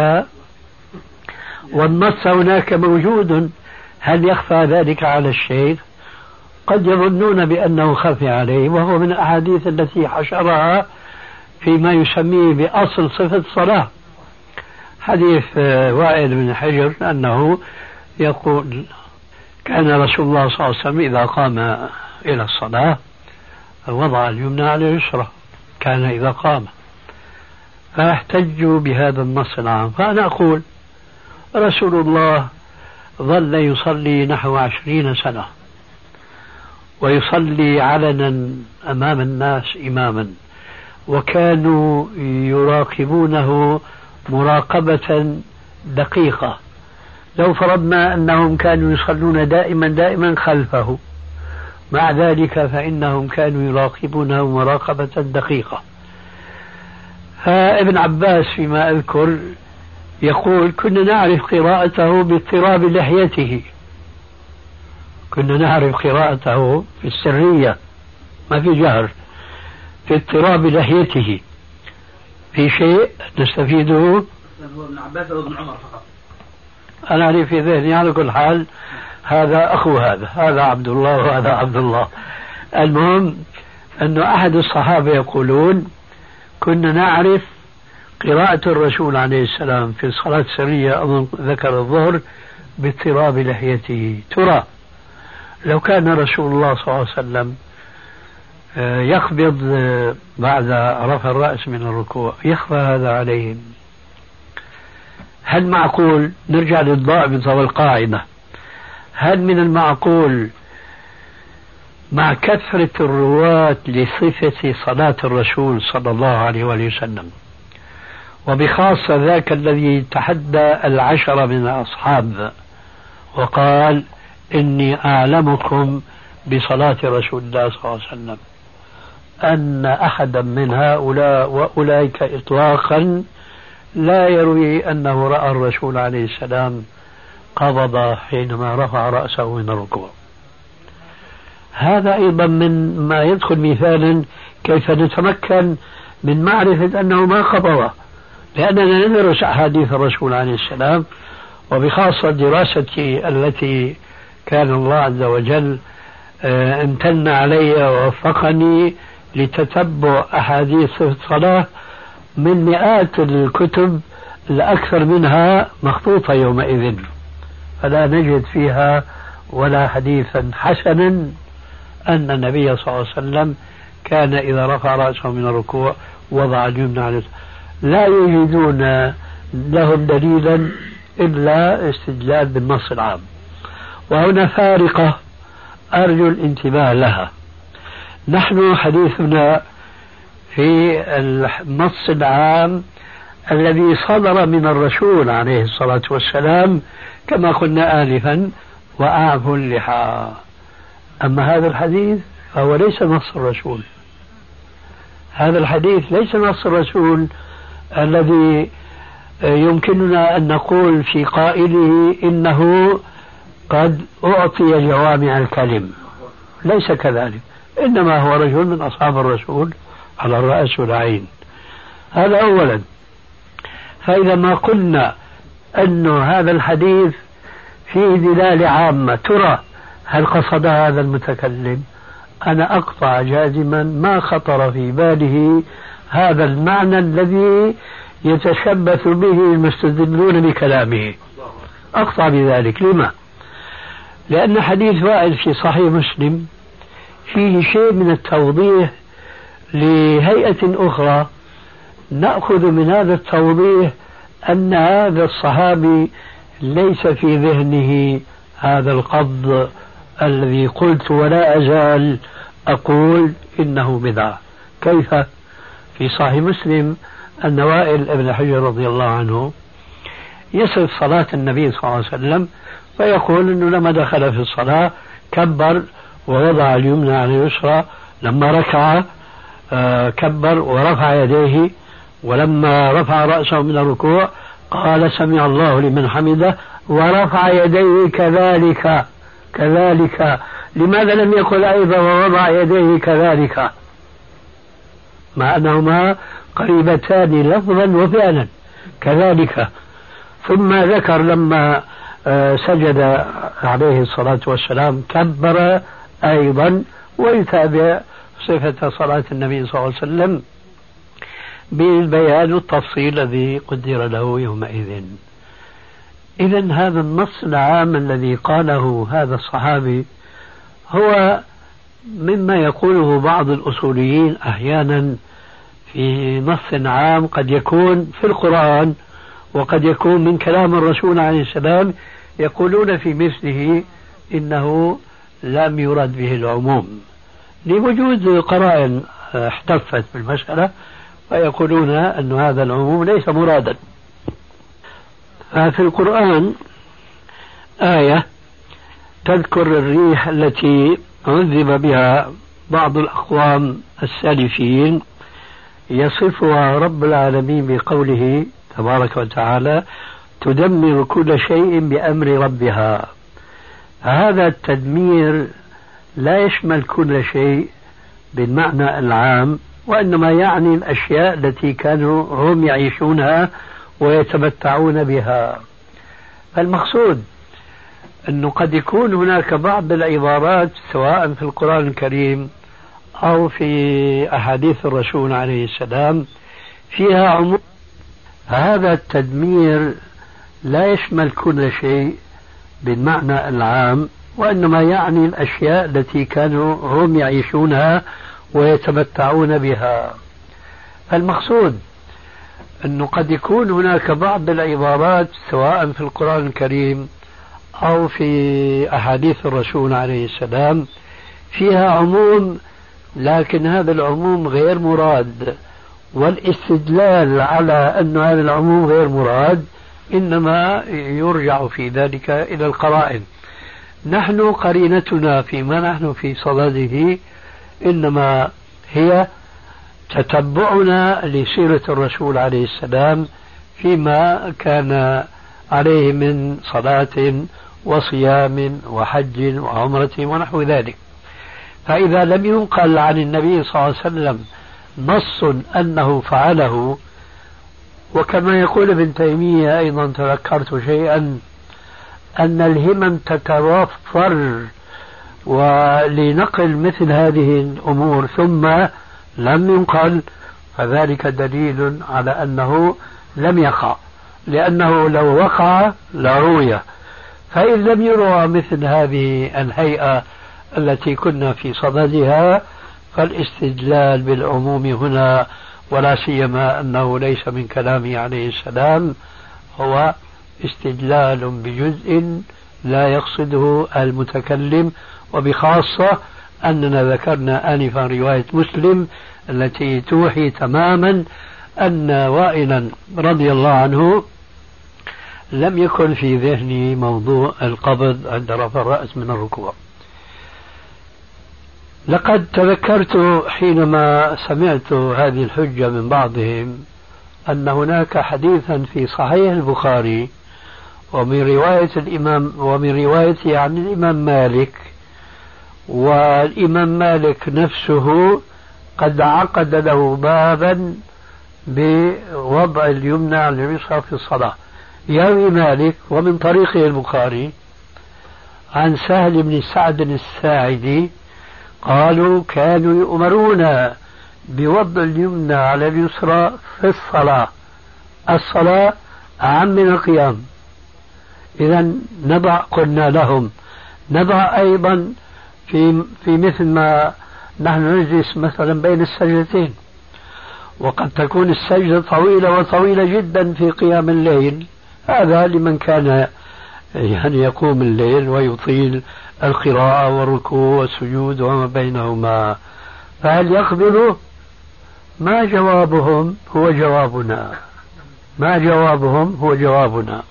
هناك موجود؟ هل يخفى ذلك على الشيخ؟ قد يظنون بأنه خفي عليه، وهو من الأحاديث التي حشرها فيما يسميه بأصل صفة الصلاة. حديث وائل بن حجر أنه يقول كان رسول الله صلى الله عليه وسلم إذا قام إلى الصلاة وضع اليمنى على اليسرى، كان إذا قام، فاحتجوا بهذا النص العام. فأنا أقول رسول الله ظل يصلي نحو 20 سنة ويصلي علنا أمام الناس إماما، وكانوا يراقبونه مراقبة دقيقة. لو فرضنا أنهم كانوا يصلون دائما خلفه، مع ذلك فإنهم كانوا يراقبونه مراقبة دقيقة. فابن عباس فيما أذكر يقول كنا نعرف قراءته باضطراب لحيته، كنا نعرف قراءته في السرية ما في جهر، في اضطراب لحيته. في شيء نستفيده؟ هو ابن عباس أو ابن عمر فقط؟ أنا أعرف في ذهني على كل حال هذا أخو هذا عبد الله وهذا عبد الله. المهم أن أحد الصحابة يقولون كنا نعرف قراءة الرسول عليه السلام في الصلاة السرية، أظن ذكر الظهر، باضطراب لحيته. ترى لو كان رسول الله صلى الله عليه وسلم يقبض بعد رفع الرأس من الركوع يخفى هذا عليهم، هل معقول نرجع للضابط والقاعدة؟ هل من المعقول مع كثرة الرواة لصفة صلاة الرسول صلى الله عليه وآله وسلم، وبخاصة ذاك الذي تحدى 10 من الأصحاب وقال إني أعلمكم بصلاة رسول الله صلى الله عليه وسلم، أن أحدا من هؤلاء وأولئك إطلاقا لا يروي أنه رأى الرسول عليه السلام قبض حينما رفع رأسه من الركوع. هذا أيضا من ما يدخل مثالا كيف نتمكن من معرفة أنه ما قبض، لأننا ندرس أحاديث الرسول عليه السلام، وبخاصة دراستي التي كان الله عز وجل امتن علي ووفقني لتتبع أحاديث الصلاة من مئات الكتب، الأكثر منها مخطوطة يومئذ، فلا نجد فيها ولا حديثا حسنا أن النبي صلى الله عليه وسلم كان إذا رفع رأسه من الركوع وضع اليمنى على اليسرى. لا يجدون لهم دليلا إلا استدلال بالنص العام. وهنا فارقة أرجو الانتباه لها. نحن حديثنا في النص العام الذي صدر من الرسول عليه الصلاة والسلام كما قلنا آنفا: وأعفوا اللحى. أما هذا الحديث فهو ليس نص الرسول، هذا الحديث ليس نص الرسول الذي يمكننا أن نقول في قائله إنه قد أعطي جوامع الكلم، ليس كذلك، إنما هو رجل من أصحاب الرسول على الرأس والعين. هذا أولا. فإذا ما قلنا أن هذا الحديث فيه دلالة عامة، ترى هل قصد هذا المتكلم؟ أنا أقطع جازما ما خطر في باله هذا المعنى الذي يتشبث به المستدلون بكلامه، أقطع بذلك. لما؟ لأن حديث وائل في صحيح مسلم فيه شيء من التوضيح لهيئة أخرى، نأخذ من هذا التوضيح أن هذا الصحابي ليس في ذهنه هذا القبض الذي قلت ولا أزال أقول إنه بدعة. كيف؟ في صحيح مسلم أن وائل ابن حجر رضي الله عنه يصف صلاة النبي صلى الله عليه وسلم فيقول أنه لما دخل في الصلاة كبر ووضع اليمنى على اليسرى، لما ركع كبر ورفع يديه، ولما رفع رأسه من الركوع قال سمع الله لمن حمده ورفع يديه كذلك. لماذا لم يقل أيضا ووضع يديه كذلك، مع أنهما قريبتان لفظا وفعلا كذلك؟ ثم ذكر لما سجد عليه الصلاة والسلام كبر أيضا، ويتابع صفة صلاة النبي صلى الله عليه وسلم بالبيان والتفصيل الذي قدر له يومئذ. إذن هذا النص العام الذي قاله هذا الصحابي هو مما يقوله بعض الأصوليين أحيانا في نص عام قد يكون في القرآن وقد يكون من كلام الرسول عليه السلام، يقولون في مثله إنه لم يرد به العموم لوجود قرائن احتفت بالمسألة، فيقولون أن هذا العموم ليس مرادا. ففي القرآن آية تذكر الريح التي عذب بها بعض الأقوام السالفين، يصفها رب العالمين بقوله تبارك وتعالى: تدمر كل شيء بأمر ربها. هذا التدمير لا يشمل كل شيء بالمعنى العام، وإنما يعني الأشياء التي كانوا هم يعيشونها ويتمتعون بها. فالمقصود أنه قد يكون هناك بعض العبارات سواء في القرآن الكريم أو في أحاديث الرسول عليه السلام فيها عموم. هذا التدمير لا يشمل كل شيء بالمعنى العام، وإنما يعني الأشياء التي كانوا هم يعيشونها ويتمتعون بها. فالمقصود أنه قد يكون هناك بعض العبارات سواء في القرآن الكريم أو في أحاديث الرسول عليه السلام فيها عموم، لكن هذا العموم غير مراد، والاستدلال على أن هذا العموم غير مراد إنما يرجع في ذلك إلى القرائن. نحن قرينتنا فيما نحن في صدده إنما هي تتبعنا لسيرة الرسول عليه السلام فيما كان عليه من صلاة وصيام وحج وعمرة ونحو ذلك. فإذا لم ينقل عن النبي صلى الله عليه وسلم نص أنه فعله، وكما يقول ابن تيمية أيضا تذكرت شيئا أن الهمم تتوفر ولنقل مثل هذه الأمور ثم لم ينقل، فذلك دليل على أنه لم يقع، لأنه لو وقع لروي. فإن لم يروى مثل هذه الهيئة التي كنا في صددها فالاستدلال بالعموم هنا، ولا سيما أنه ليس من كلامه عليه السلام، هو استدلال بجزء لا يقصده المتكلم، وبخاصة أننا ذكرنا آنفا رواية مسلم التي توحي تماما أن وائلا رضي الله عنه لم يكن في ذهني موضوع القبض عند رفع الرأس من الركوع. لقد تذكرت حينما سمعت هذه الحجة من بعضهم أن هناك حديثا في صحيح البخاري ومن روايته عن الإمام مالك، والإمام مالك نفسه قد عقد له بابا بوضع اليمنى على اليسرى في الصلاة. يروي مالك ومن طريقه البخاري عن سهل بن سعد الساعدي قالوا كانوا يؤمرون بوضع اليمنى على اليسرى في الصلاة أعم من القيام. إذا قلنا لهم نضع أيضا في مثل ما نحن نجلس مثلا بين السجدتين، وقد تكون السجدة طويلة وطويلة جدا في قيام الليل، هذا لمن كان يقوم الليل ويطيل القراءة والركوع والسجود وما بينهما. فهل يقبضوا؟ ما جوابهم هو جوابنا.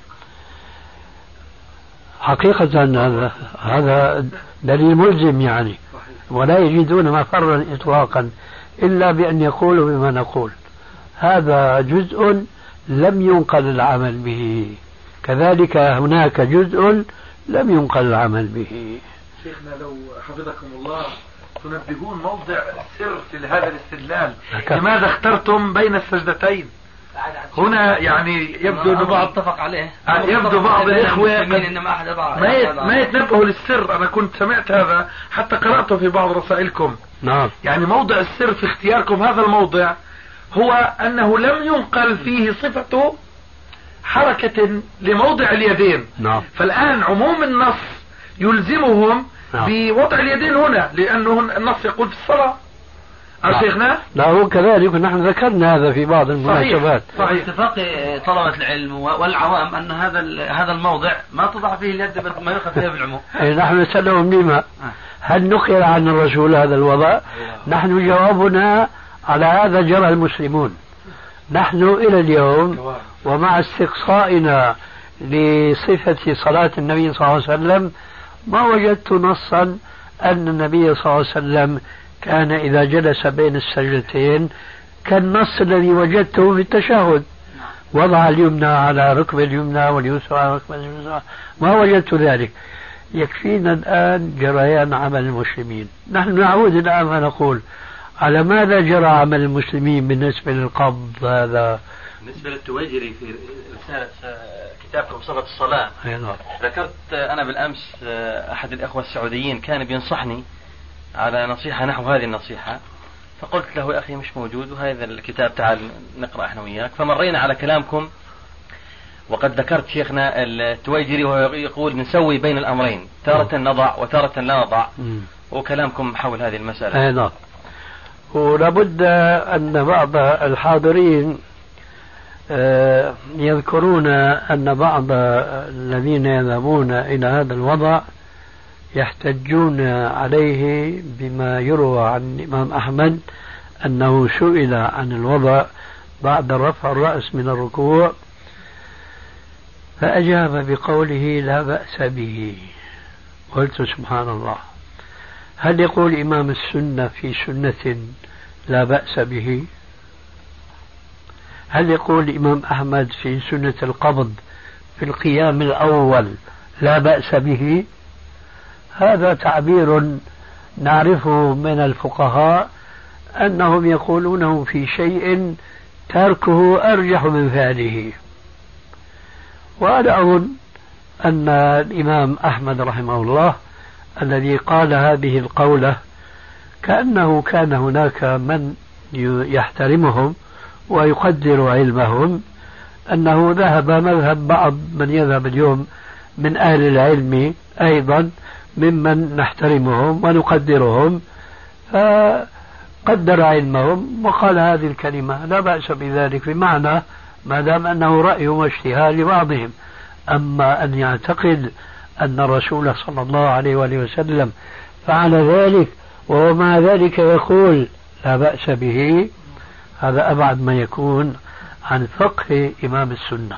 حقيقة هذا دليل ملزم ولا يجدون مفرا إطلاقا إلا بأن يقولوا بما نقول. هذا جزء لم ينقل العمل به، كذلك هناك جزء لم ينقل العمل به. شيخنا لو حفظكم الله تنبهون موضع السر في هذا الاستدلال، لماذا اخترتم بين السجدتين؟ هنا يبدو أن بعض اتفق عليه، يبدو بعض الإخوة ما يتنبهوا للسر. أنا كنت سمعت هذا حتى قرأته في بعض رسائلكم. نعم. موضع السر في اختياركم هذا الموضع هو أنه لم ينقل فيه صفة حركة لموضع اليدين. نعم. فالآن عموم النص يلزمهم بوضع اليدين هنا، لأنه النص يقول في الصلاة. شيخنا؟ لا هو كذلك، نحن ذكرنا هذا في بعض المناسبات. صحيح. اتفاق طلبة العلم والعوام أن هذا الموضع ما تضع فيه اليد ما يؤخذ فيه بالعموم. نحن نسألهم لما؟ هل نقل عن الرسول هذا الوضع؟ نحن جوابنا على هذا جرى المسلمون. نحن إلى اليوم ومع استقصائنا لصفة صلاة النبي صلى الله عليه وسلم ما وجدت نصا أن النبي صلى الله عليه وسلم كان إذا جلس بين السجدتين كالنص الذي وجدته في التشهد، وضع اليمنى على ركب اليمنى واليسرى على ركب اليسرى، ما وجدت ذلك. يكفينا الآن جريان عمل المسلمين. نحن نعود الآن ونقول على ماذا جرى عمل المسلمين بالنسبة للقبض هذا؟ بالنسبة للتويجري في رسالة كتابكم صفة الصلاة ذكرت أنا بالأمس أحد الأخوة السعوديين كان بينصحني على نصيحة نحو هذه النصيحة، فقلت له يا أخي مش موجود وهذا الكتاب تعال نقرأ احنا وياك. فمرينا على كلامكم وقد ذكرت شيخنا التويجري وهو يقول نسوي بين الأمرين، تارة نضع وتارة لا نضع، وكلامكم حول هذه المسألة. نعم. ولابد أن بعض الحاضرين يذكرون أن بعض الذين يذهبون إلى هذا الوضع يحتجون عليه بما يروى عن الإمام أحمد أنه سئل عن الوضع بعد رفع الرأس من الركوع فأجاب بقوله لا بأس به. قلت سبحان الله، هل يقول إمام السنة في سنة لا بأس به؟ هل يقول الإمام أحمد في سنة القبض في القيام الأول لا بأس به؟ هذا تعبير نعرفه من الفقهاء أنهم يقولونه في شيء تركه أرجح من فعله. وأنا أظن أن الإمام أحمد رحمه الله الذي قال هذه القولة كأنه كان هناك من يحترمهم ويقدر علمهم، أنه ذهب مذهب بعض من يذهب اليوم من أهل العلم أيضا ممن نحترمهم ونقدرهم، فقدر علمهم وقال هذه الكلمة لا بأس بذلك، بمعنى ما دام أنه رأي واجتهاد لبعضهم. أما أن يعتقد أن الرسول صلى الله عليه وآله وسلم فعل ذلك ومع ذلك يقول لا بأس به، هذا أبعد ما يكون عن فقه إمام السنة.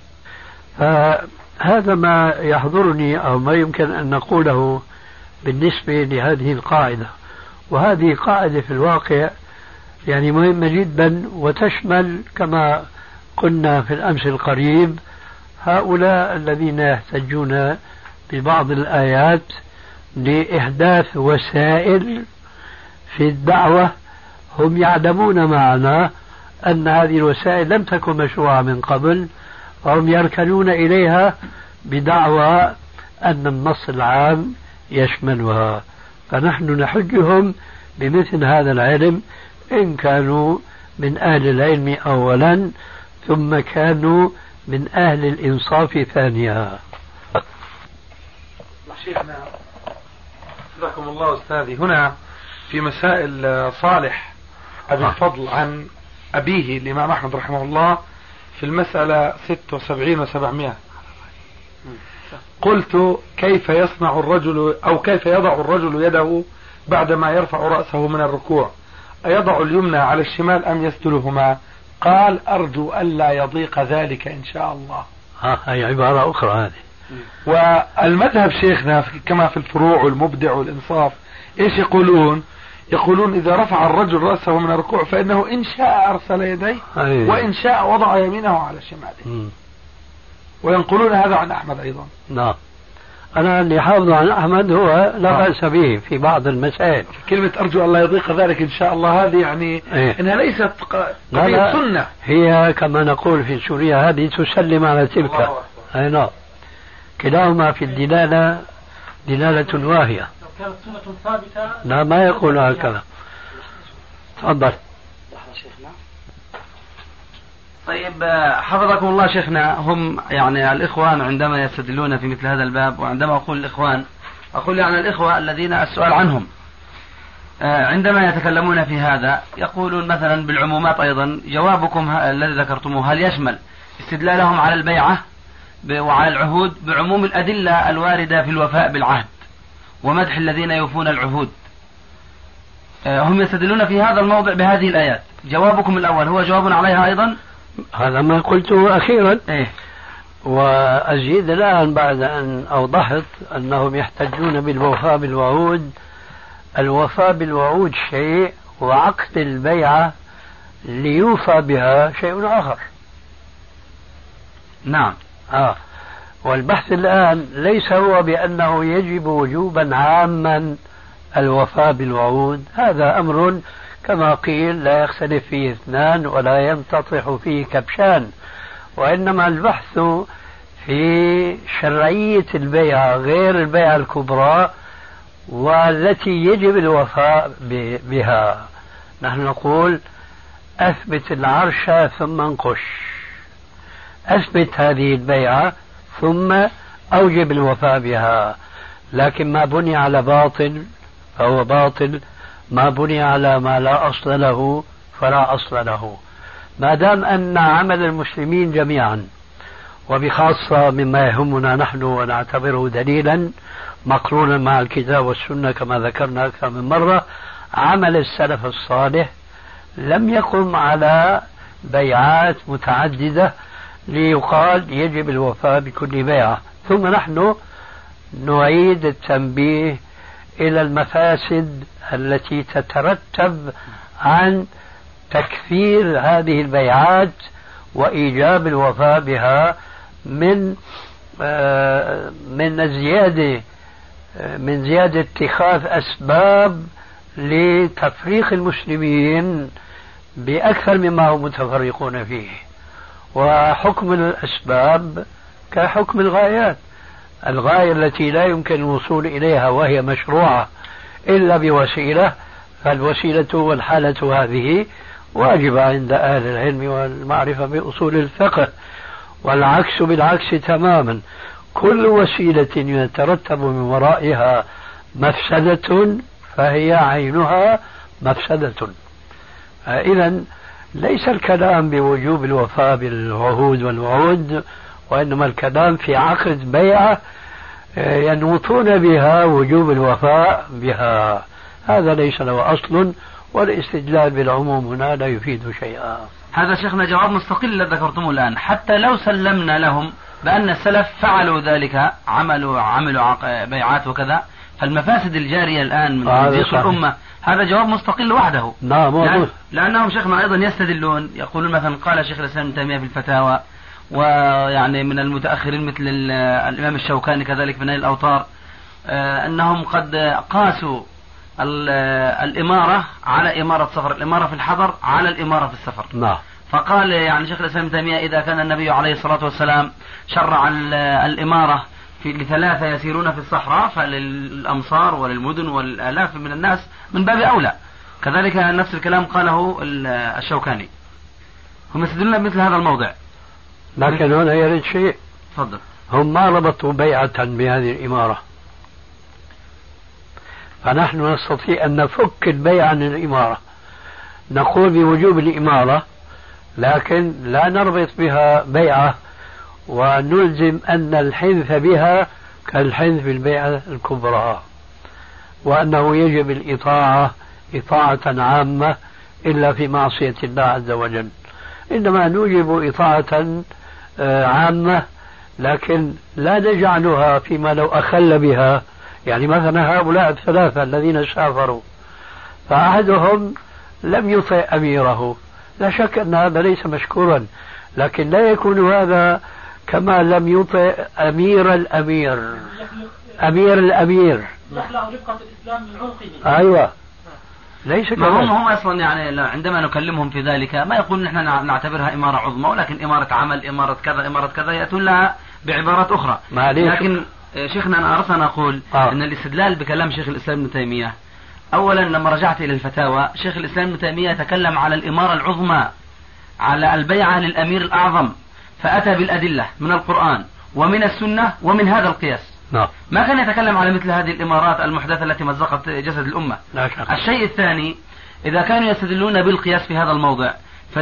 فهذا ما يحضرني أو ما يمكن أن نقوله بالنسبة لهذه القاعدة. وهذه قاعدة في الواقع يعني مهمة جدا، وتشمل كما قلنا في الأمس القريب هؤلاء الذين يحتجون ببعض الآيات لإحداث وسائل في الدعوة. هم يعلمون معنا أن هذه الوسائل لم تكن مشروعة من قبل، وهم يركنون إليها بدعوى أن النص العام يشملها. فنحن نحجهم بمثل هذا العلم إن كانوا من أهل العلم أولا، ثم كانوا من أهل الإنصاف ثانيا. شيخنا جزاكم الله أستاذي، هنا في مسائل صالح أبي الفضل عن أبيه الإمام أحمد رحمه الله في المسألة 76 و700 قلت: كيف يصنع الرجل أو كيف يضع الرجل يده بعدما يرفع رأسه من الركوع؟ أيضع اليمنى على الشمال أم يسدلهما؟ قال: أرجو ألا يضيق ذلك إن شاء الله. هي عبارة أخرى هذه. والمذهب شيخنا كما في الفروع والمبدع والإنصاف إيش يقولون؟ يقولون إذا رفع الرجل رأسه من الركوع فإنه إن شاء أرسل يديه وإن شاء وضع يمينه على شماله. وينقلون هذا عن أحمد أيضا. نعم، أنا اللي حافظه عن أحمد هو لا بأس به في بعض المسائل. كلمة أرجو الله يضيق ذلك إن شاء الله هذه يعني إنها ليست قضية سنة، هي كما نقول في سوريا هذه تسلم على تلك. أي نعم، كلاهما في الدلالة دلالة واهية. كانت سنة ثابتة. لا، ما يقول هكذا. تفضل. طيب حفظكم الله شيخنا، هم يعني الإخوان عندما يستدلون في مثل هذا الباب، وعندما أقول الإخوان أقول يعني الإخوة الذين السؤال عنهم عندما يتكلمون في هذا يقولون مثلا بالعمومات أيضا. جوابكم الذي ذكرتموه هل يشمل استدلالهم على البيعة وعلى العهود بعموم الأدلة الواردة في الوفاء بالعهد ومدح الذين يوفون العهود؟ هم يستدلون في هذا الموضع بهذه الآيات. جوابكم الأول هو جواب عليها أيضا؟ هذا ما قلته أخيرا. إيه؟ وأزيد الآن بعد أن أوضحت أنهم يحتجون بالوفاء بالوعود. الوفاء بالوعود شيء، وعقد البيعة ليوفى بها شيء آخر. نعم. والبحث الآن ليس هو بأنه يجب وجوبا عاما الوفاء بالوعود، هذا أمر كما قيل لا يختلف فيه اثنان ولا ينتطح فيه كبشان، وإنما البحث في شرعية البيعة غير البيعة الكبرى والتي يجب الوفاء بها. نحن نقول: أثبت العرش ثم انقش. أثبت هذه البيعة ثم أوجب الوفاء بها. لكن ما بني على باطل فهو باطل، ما بني على ما لا أصل له فلا أصل له. ما دام أن عمل المسلمين جميعا، وبخاصة مما يهمنا نحن ونعتبره دليلا مقرونا مع الكتاب والسنة كما ذكرنا أكثر من مرة، عمل السلف الصالح لم يقم على بيعات متعددة ليقال يجب الوفاء بكل بيعة. ثم نحن نعيد التنبيه إلى المفاسد التي تترتب عن تكثير هذه البيعات وإيجاب الوفاء بها من زيادة اتخاذ أسباب لتفريق المسلمين بأكثر مما هم متفرقون فيه. وحكم الأسباب كحكم الغايات. الغاية التي لا يمكن الوصول إليها وهي مشروعة إلا بوسيلة، فالوسيلة والحالة هذه واجبة عند أهل العلم والمعرفة بأصول الفقه. والعكس بالعكس تماما، كل وسيلة يترتب من ورائها مفسدة فهي عينها مفسدة. إذا ليس الكلام بوجوب الوفاء بالعهود والوعود، وإنما الكلام في عقد بيعة ينوطون بها وجوب الوفاء بها. هذا ليس له أصل والاستدلال بالعموم هنا لا يفيد شيئا. هذا شيخنا جواب مستقل الذي ذكرتموه الآن. حتى لو سلمنا لهم بأن السلف فعلوا ذلك، عملوا بيعات وكذا، فالمفاسد الجارية الآن من تضييق الأمة هذا جواب مستقل وحده. نعم. لأنهم شيخنا أيضا يستدلون، يقولون مثلا قال شيخ الإسلام ابن تيمية في الفتاوى، ويعني من المتأخرين مثل الإمام الشوكاني كذلك في نيل الأوطار، أنهم قد قاسوا الإمارة على إمارة سفر، الإمارة في الحضر على الإمارة في السفر. نعم. فقال يعني شيخ الإسلام ابن تيمية إذا كان النبي عليه الصلاة والسلام شرع الإمارة لثلاثة يسيرون في الصحراء، فللأمصار وللمدن والآلاف من الناس من باب أولى. كذلك نفس الكلام قاله الشوكاني. هم يستدلون بمثل هذا الموضع. لكن هنا يرد شيء. تفضل. هم ما ربطوا بيعة بهذه الإمارة، فنحن نستطيع أن نفك البيع عن الإمارة، نقول بوجوب الإمارة لكن لا نربط بها بيعة ونلزم أن الحنث بها كالحنث بالبيعة الكبرى، وأنه يجب الإطاعة إطاعة عامة إلا في معصية الله عز وجل، إنما نوجب إطاعة عامة لكن لا نجعلها فيما لو أخل بها. يعني مثلا هؤلاء الثلاثة الذين سافروا فأحدهم لم يطع أميره، لا شك أن هذا ليس مشكورا، لكن لا يكون هذا كما لم يطع أمير الأمير، أمير الأمير يخلع رفقة الإسلام من عنقه. أيوة، ليس كما هم أصلا يعني عندما نكلمهم في ذلك ما يقول نحن نعتبرها إمارة عظمى، ولكن إمارة عمل، إمارة كذا، إمارة كذا، يأتون لها بعبارات أخرى. لكن شيخنا أنا أردت أن أقول أن الاستدلال بكلام شيخ الإسلام ابن تيمية، أولا لما رجعت إلى الفتاوى شيخ الإسلام ابن تيمية يتكلم على الإمارة العظمى، على البيعة للأمير الأعظم، فأتى بالأدلة من القرآن ومن السنة ومن هذا القياس. ما كان يتكلم على مثل هذه الإمارات المحدثة التي مزقت جسد الأمة. الشيء الثاني، إذا كانوا يستدلون بالقياس في هذا الموضع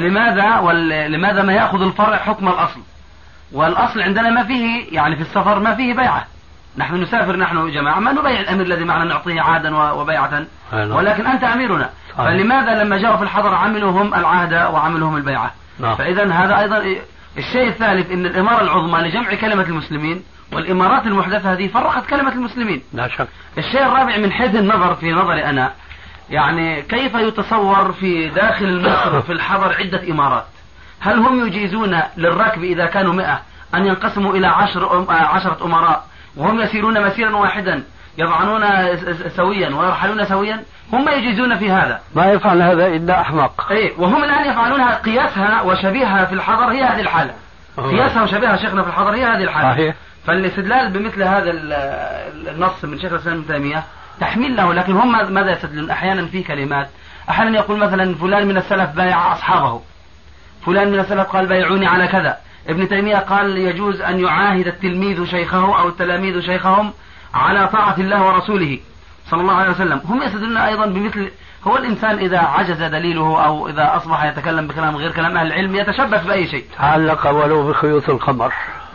لماذا ما يأخذ الفرع حكم الأصل؟ والأصل عندنا ما فيه، يعني في السفر ما فيه بيعة، نحن نسافر نحن جماعة ما نبيع الأمير الذي معنا نعطيه عهدا وبيعة، ولكن أنت أميرنا، فلماذا لما جاءوا في الحضر عملوا هم العهد وعملوا هم البيعة؟ فإذا هذا أيضا. الشيء الثالث أن الإمارة العظمى لجمع كلمة المسلمين، والإمارات المحدثة هذه فرقت كلمة المسلمين. لا شك. الشيء الرابع من حيث النظر، في نظري أنا، يعني كيف يتصور في داخل مصر في الحضر عدة إمارات؟ هل هم يجيزون للركب إذا كانوا 100 أن ينقسموا إلى 10 أمراء وهم يسيرون مسيرا واحدا يضعنون سويا ويرحلون سويا؟ هم يجيزون في هذا. ما يفعل هذا إلا أحمق. وهم الآن يفعلونها، قياسها وشبيهها في الحضر هي هذه الحالة. قياسها وشبيهها شيخنا في الحضر هي هذه الحالة. صحيح. فالاستدلال بمثل هذا النص من شيخ الإسلام ابن تيمية تحميل له، لكن هم ماذا يستدلون؟ أحيانا في كلمات، أحيانا يقول مثلا فلان من السلف بايع أصحابه، فلان من السلف قال بايعوني على كذا. ابن تيمية قال يجوز أن يعاهد التلميذ شيخه أو التلاميذ شيخهم على طاعة الله ورسوله صلى الله عليه وسلم. هم يستدلون أيضا بمثل. هو الإنسان إذا عجز دليله أو إذا أصبح يتكلم بكلام غير كلام أهل العلم يتشبث بأي شيء. تعلق ولو بخيوط القمر.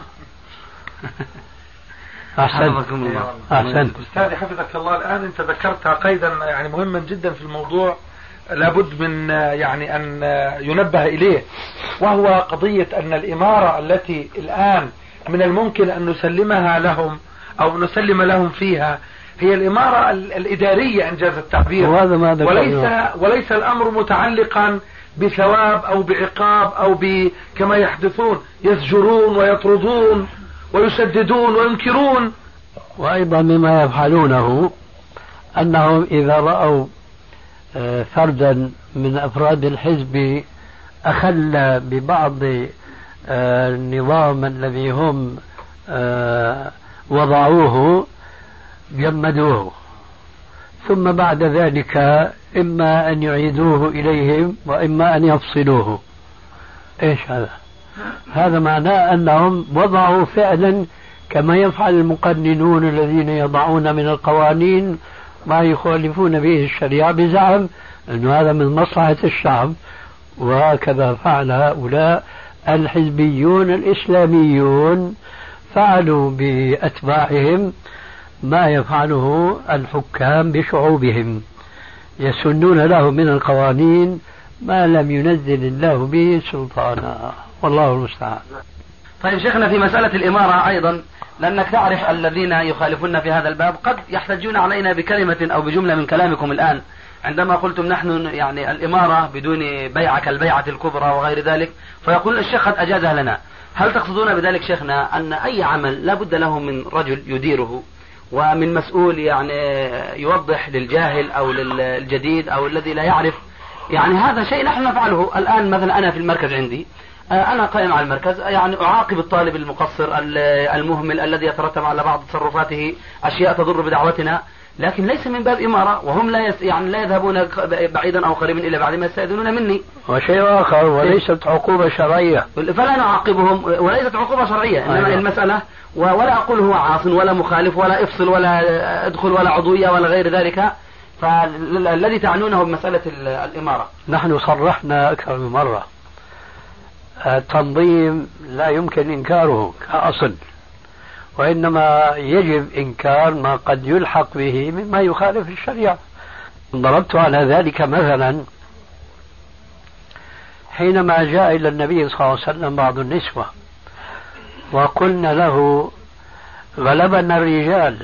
أحسنت. أستاذي حفظك الله، الآن أنت ذكرت قيدا يعني مهما جدا في الموضوع لابد من يعني أن ينبه إليه، وهو قضية أن الإمارة التي الآن من الممكن أن نسلمها لهم أو نسلم لهم فيها هي الإمارة الإدارية إنجاز التعبير، وليس الأمر متعلقا بثواب أو بعقاب أو كما يحدثون يزجرون ويطردون ويسددون وينكرون. وأيضا مما يفعلونه أنهم إذا رأوا فردا من أفراد الحزب أخل ببعض النظام الذي هم وضعوه جمدوه، ثم بعد ذلك إما أن يعيدوه إليهم وإما أن يفصلوه. إيش هذا؟ هذا معناه أنهم وضعوا فعلا كما يفعل المقننون الذين يضعون من القوانين ما يخالفون به الشريعة بزعم أن هذا من مصلحة الشعب، وهكذا فعل هؤلاء الحزبيون الإسلاميون، فعلوا بأتباعهم ما يفعله الحكام بشعوبهم. يسنون له من القوانين ما لم ينزل الله به سلطانا، والله المستعان. طيب شيخنا، في مسألة الإمارة أيضا، لأنك تعرف الذين يخالفون في هذا الباب قد يحتجون علينا بكلمة أو بجملة من كلامكم الآن عندما قلتم نحن يعني الإمارة بدون بيعة كالبيعة الكبرى وغير ذلك، فيقول الشيخ قد أجازها لنا. هل تقصدون بذلك شيخنا أن أي عمل لا بد له من رجل يديره ومن مسؤول يعني يوضح للجاهل أو للجديد أو الذي لا يعرف؟ يعني هذا شيء نحن نفعله الآن. مثلا أنا في المركز عندي، أنا قائم على المركز، يعني أعاقب الطالب المقصر المهمل الذي يترتب على بعض تصرفاته أشياء تضر بدعوتنا، لكن ليس من باب إمارة، وهم يعني لا يذهبون بعيدا أو قريبا إلا بعد ما يستأذنون مني. وشيء آخر، وليست عقوبة شرعية، فلا نعاقبهم، وليست عقوبة شرعية، إنما المسألة ولا أقول هو عاص ولا مخالف ولا افصل ولا ادخل ولا عضوية ولا غير ذلك. فالذي تعنونه بمسألة الإمارة، نحن صرحنا أكثر من مرة، التنظيم لا يمكن إنكاره كأصل، وإنما يجب إنكار ما قد يلحق به مما يخالف الشريعة. ضربت على ذلك مثلا حينما جاء إلى النبي صلى الله عليه وسلم بعض النسوة وقلنا له غلبنا الرجال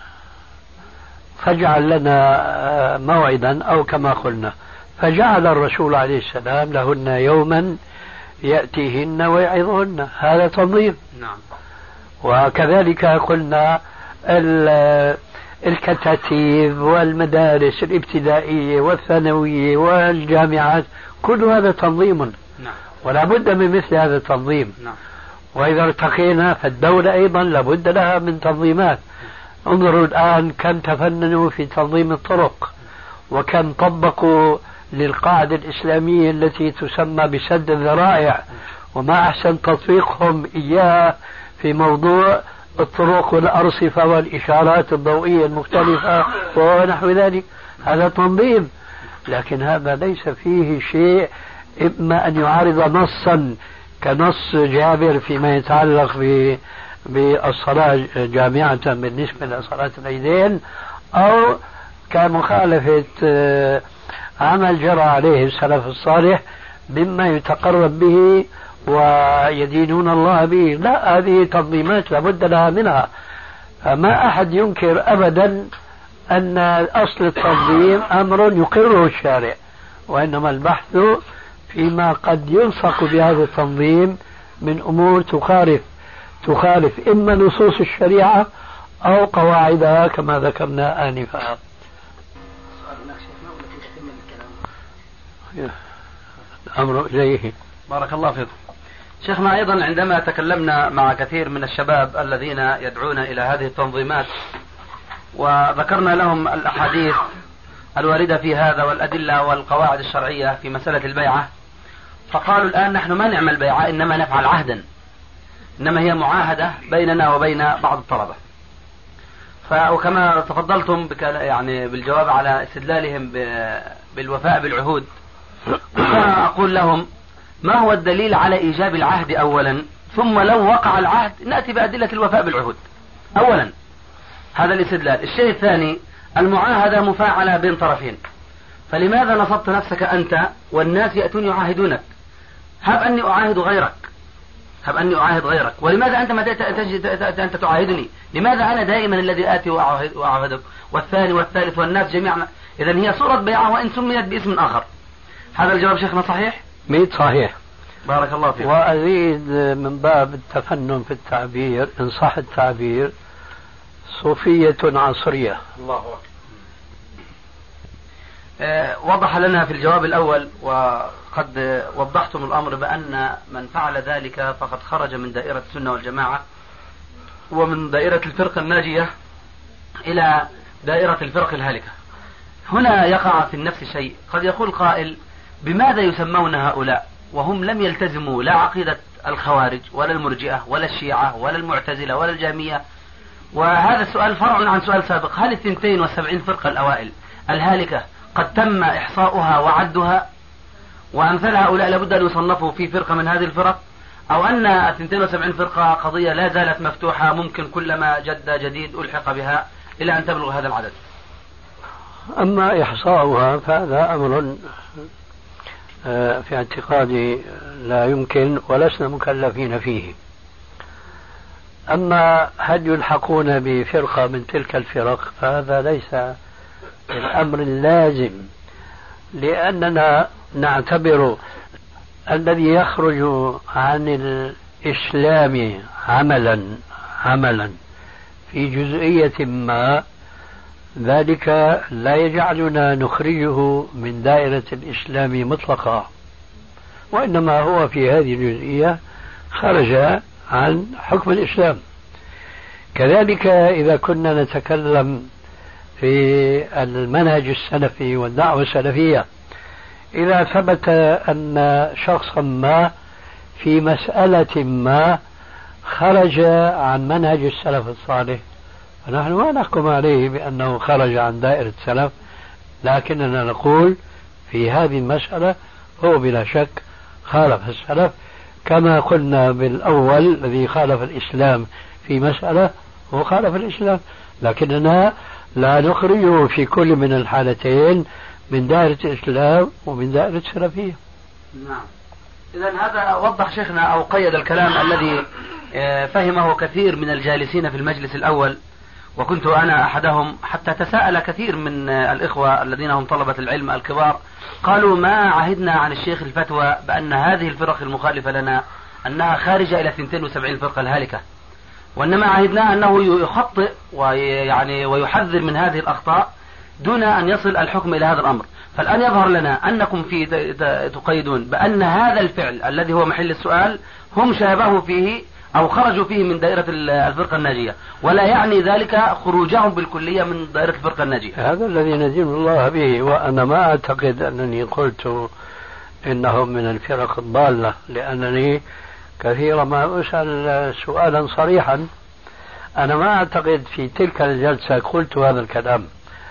فاجعل لنا موعدا أو كما قلنا، فجعل الرسول عليه السلام لهن يوما يأتيهن ويعظهن، هذا تنظيم. نعم. وكذلك قلنا الكتاتيب والمدارس الابتدائية والثانوية والجامعات، كل هذا تنظيم. نعم. ولا بد من مثل هذا التنظيم. نعم. وإذا ارتقينا فالدولة أيضا لابد لها من تنظيمات. انظروا الآن كم تفننوا في تنظيم الطرق، وكم طبقوا للقاعدة الإسلامية التي تسمى بسد الذرائع، وما أحسن تطبيقهم إياه في موضوع الطرق والأرصفة والإشارات الضوئية المختلفة ونحو ذلك. هذا تنظيم، لكن هذا ليس فيه شيء إما أن يعارض نصا كنص جابر فيما يتعلق بالصلاة جامعة بالنسبة لصلاة العيدين، أو كمخالفة عمل جرى عليه السلف الصالح مما يتقرب به ويدينون الله به. لا، هذه تنظيمات لابد لها منها. ما أحد ينكر أبدا أن أصل التنظيم أمر يقره الشارع، وإنما البحث فيما قد يلصق بهذا التنظيم من أمور تخالف إما نصوص الشريعة أو قواعدها كما ذكرنا آنفا. الأمر إليه. بارك الله فيكم. شيخنا، أيضا عندما تكلمنا مع كثير من الشباب الذين يدعون إلى هذه التنظيمات وذكرنا لهم الأحاديث الواردة في هذا والأدلة والقواعد الشرعية في مسألة البيعة، فقالوا الآن نحن ما نعمل بيعة، إنما نفعل عهدا، إنما هي معاهدة بيننا وبين بعض الطلبة. وكما تفضلتم يعني بالجواب على استدلالهم بالوفاء بالعهود، فأقول لهم ما هو الدليل على إيجاب العهد أولا، ثم لو وقع العهد نأتي بأدلة الوفاء بالعهود أولا. هذا الاستدلال. الشيء الثاني، المعاهدة مفاعلة بين طرفين، فلماذا نصبت نفسك أنت والناس يأتون يعاهدونك؟ هب أني أعاهد غيرك، ولماذا أنت ما أنت تعاهدني؟ لماذا أنا دائما الذي آتي وأعاهدك، والثاني والثالث والناس جميعا؟ إذن هي صورة بيعة وإن سميت باسم آخر. هذا الجواب شيخنا صحيح؟ 100 صحيح. بارك الله فيك. وأزيد من باب التفنن في التعبير إن صح التعبير، صوفية عصرية. الله أكبر. وضح لنا في الجواب الأول وقد وضحتم الأمر بأن من فعل ذلك فقد خرج من دائرة السنة والجماعة ومن دائرة الفرقة الناجية إلى دائرة الفرق الهالكة. هنا يقع في النفس شيء، قد يقول قائل بماذا يسمون هؤلاء وهم لم يلتزموا لا عقيدة الخوارج ولا المرجئة ولا الشيعة ولا المعتزلة ولا الجهمية؟ وهذا السؤال فرع عن سؤال سابق، هل 72 فرقة الأوائل الهالكة قد تم إحصاؤها وعدها وأمثال هؤلاء لابد أن يصنفوا في فرقة من هذه الفرق، أو أن 72 فرقة قضية لا زالت مفتوحة ممكن كلما جد جديد ألحق بها إلى أن تبلغ هذا العدد؟ أما إحصاؤها فهذا أمر في اعتقادي لا يمكن ولسنا مكلفين فيه. أما هل يلحقون بفرقة من تلك الفرق فهذا ليس الأمر اللازم، لأننا نعتبر الذي يخرج عن الإسلام عملا في جزئية ما ذلك لا يجعلنا نخرجه من دائرة الإسلام مطلقا، وإنما هو في هذه الجزئية خرج عن حكم الإسلام. كذلك إذا كنا نتكلم في المنهج السلفي والدعوة السلفية، إذا ثبت أن شخصا ما في مسألة ما خرج عن منهج السلف الصالح فنحن ما نحكم عليه بأنه خرج عن دائرة السلف، لكننا نقول في هذه المسألة هو بلا شك خالف السلف، كما قلنا بالأول الذي خالف الإسلام في مسألة هو خالف الإسلام، لكننا لا نخرجه في كل من الحالتين من دائرة الإسلام ومن دائرة السلفية. نعم. إذا هذا وضح شيخنا أو قيد الكلام الذي فهمه كثير من الجالسين في المجلس الأول، وكنت أنا أحدهم، حتى تساءل كثير من الإخوة الذين هم طلبة العلم الكبار، قالوا ما عهدنا عن الشيخ الفتوى بأن هذه الفرق المخالفة لنا أنها خارجة إلى 72 فرقة الهالكة، وإنما عهدنا أنه يخطئ ويحذر من هذه الأخطاء دون أن يصل الحكم إلى هذا الأمر. فالآن يظهر لنا أنكم في تقيدون بأن هذا الفعل الذي هو محل السؤال هم شابهوا فيه أو خرجوا فيه من دائرة الفرقة الناجية، ولا يعني ذلك خروجهم بالكلية من دائرة الفرقة الناجية. هذا الذي ندين الله به، وأنا ما أعتقد أنني قلت إنهم من الفرق الضالة، لأنني كثيرا ما أسأل سؤالا صريحا. أنا ما أعتقد في تلك الجلسة قلت هذا الكلام،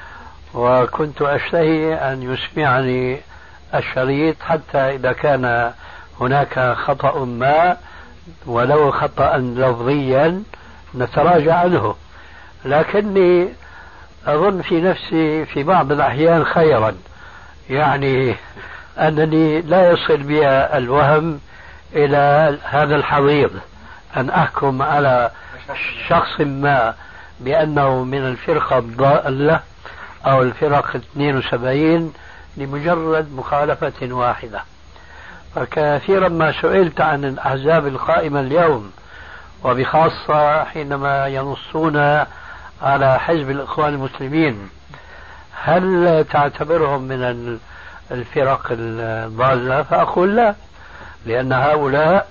وكنت أشتهي أن يسمعني الشريط حتى إذا كان هناك خطأ ما ولو خطأ لفظيا نتراجع عنه، لكني أظن في نفسي في بعض الأحيان خيرا، يعني أنني لا يصل بي الوهم إلى هذا الحضيض أن أحكم على شخص ما بأنه من الفرقة الضالة أو الفرق 72 لمجرد مخالفة واحدة. فكثيرا ما سئلت عن الأحزاب القائمة اليوم، وبخاصة حينما ينصون على حزب الإخوان المسلمين، هل تعتبرهم من الفرق الضالة؟ فأقول لا، لأن هؤلاء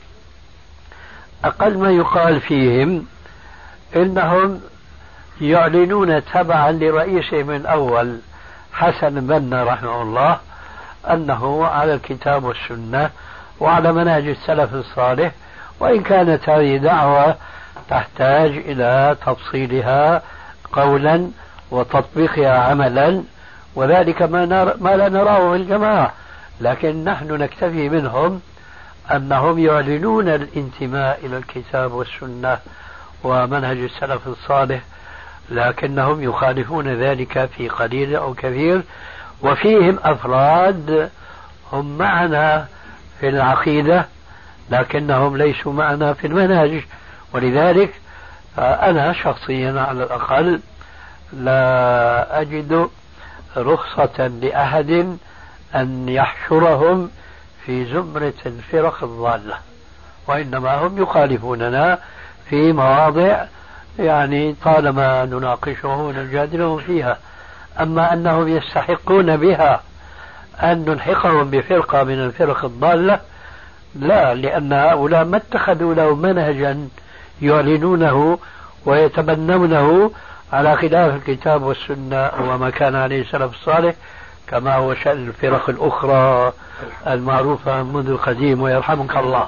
أقل ما يقال فيهم إنهم يعلنون تبعا لرئيسهم الأول حسن البنا رحمه الله أنه على الكتاب والسنة وعلى منهج السلف الصالح، وإن كانت هذه دعوة تحتاج إلى تفصيلها قولا وتطبيقها عملا، وذلك ما لا نراه في الجماعة، لكن نحن نكتفي منهم أنهم يعلنون الانتماء إلى الكتاب والسنة ومنهج السلف الصالح، لكنهم يخالفون ذلك في قليل أو كثير، وفيهم أفراد هم معنا في العقيدة لكنهم ليسوا معنا في المنهج. ولذلك أنا شخصيا على الأقل لا أجد رخصة لأحد أن يحشرهم في زمرة الفرق الضالة، وإنما هم يخالفوننا في مواضع يعني طالما نناقشهم ونجادلهم فيها. أما أنهم يستحقون بها أن نلحقهم بفرقة من الفرق الضالة لا، لأن هؤلاء ما اتخذوا له منهجا يعلنونه ويتبنونه على خلاف الكتاب والسنة وما كان عليه السلف الصالح، كما هو شأن الفرق الأخرى المعروفة منذ القديم ويرحمك الله.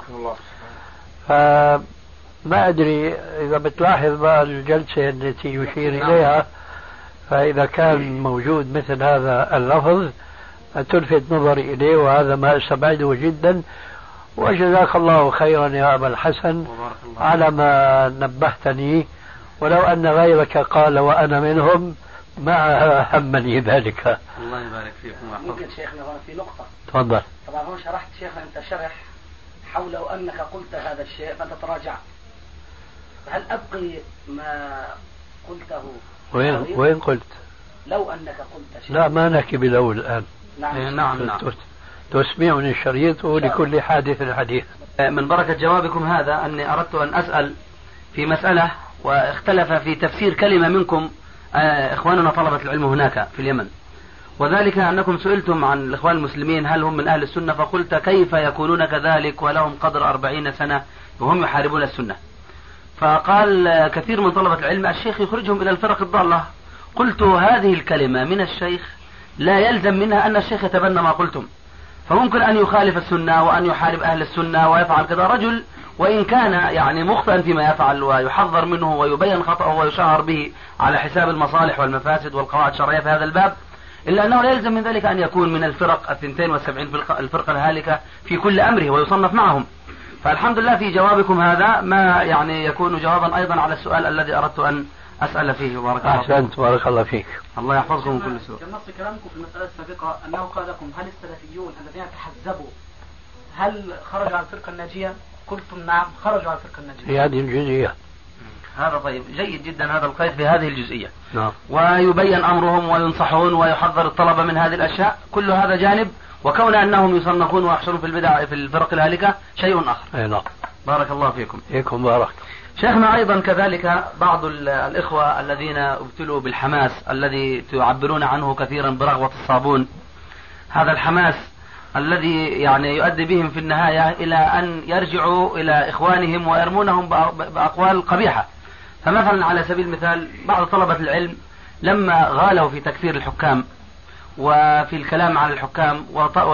فما أدري إذا بتلاحظ بقى الجلسة التي يشير إليها، فإذا كان موجود مثل هذا اللفظ تلفت نظري إليه، وهذا ما أستبعده جدا. وجزاك الله خيرا يا أبا الحسن على ما نبهتني، ولو أن غيرك قال وأنا منهم ما همني ذلك. الله يبارك فيكم ويحفظكم. ممكن شيخنا هنا في نقطة. تفضل. طبعا هون شرحت شيخنا أنت شرح حول لو أنك قلت هذا الشيء فأنت تراجعت. هل أبقي ما قلته؟ وين قلت؟ لو أنك قلت شيء. لا ما نحكي بلو الآن. نعم. تسمعني الشريط لكل حادث حديث. من بركة جوابكم هذا أني أردت أن أسأل في مسألة واختلف في تفسير كلمة منكم إخواننا طلبة العلم هناك في اليمن، وذلك أنكم سئلتم عن الإخوان المسلمين هل هم من أهل السنة، فقلت كيف يكونون كذلك ولهم قدر 40 سنة وهم يحاربون السنة. فقال كثير من طلبة العلم الشيخ يخرجهم إلى الفرق الضالة. قلت هذه الكلمة من الشيخ لا يلزم منها أن الشيخ يتبنى ما قلتم، فممكن أن يخالف السنة وأن يحارب أهل السنة ويفعل كذا رجل، وإن كان يعني مخطئا فيما يفعل ويحذر منه ويبين خطأه ويشهر به على حساب المصالح والمفاسد والقواعد الشرعية في هذا الباب، إلا أنه لا يلزم من ذلك أن يكون من الفرق 72 الفرقة الهالكة في كل أمره ويصنف معهم. فالحمد لله في جوابكم هذا ما يعني يكون جوابا أيضا على السؤال الذي أردت أن أسأل فيه. بارك الله فيك. أحسنت بارك الله فيك. الله يحفظكم من كل سوء. كنص كلامكم في المسألة السابقة أنه قال لكم هل السلفيون الذين تحزبوا هل خرجوا عن الفرقة الناجية؟ قلتم نعم خرجوا عن الفرقة الناجية. في هذه الجزئية. هذا طيب جيد جدا هذا القيد في هذه الجزئية. نعم. ويبين أمرهم وينصحون ويحذر الطلبة من هذه الأشياء، كل هذا جانب، وكون أنهم يصنفون ويحشرون في البدع في الفرق الهالكة شيء آخر. أي نعم. بارك الله فيكم. فيكم بارك. شيخنا أيضا كذلك بعض الإخوة الذين ابتلوا بالحماس الذي تعبرون عنه كثيرا برغوة الصابون، هذا الحماس الذي يعني يؤدي بهم في النهاية إلى أن يرجعوا إلى إخوانهم ويرمونهم بأقوال قبيحة. فمثلا على سبيل المثال بعض طلبة العلم لما غالوا في تكفير الحكام وفي الكلام عن الحكام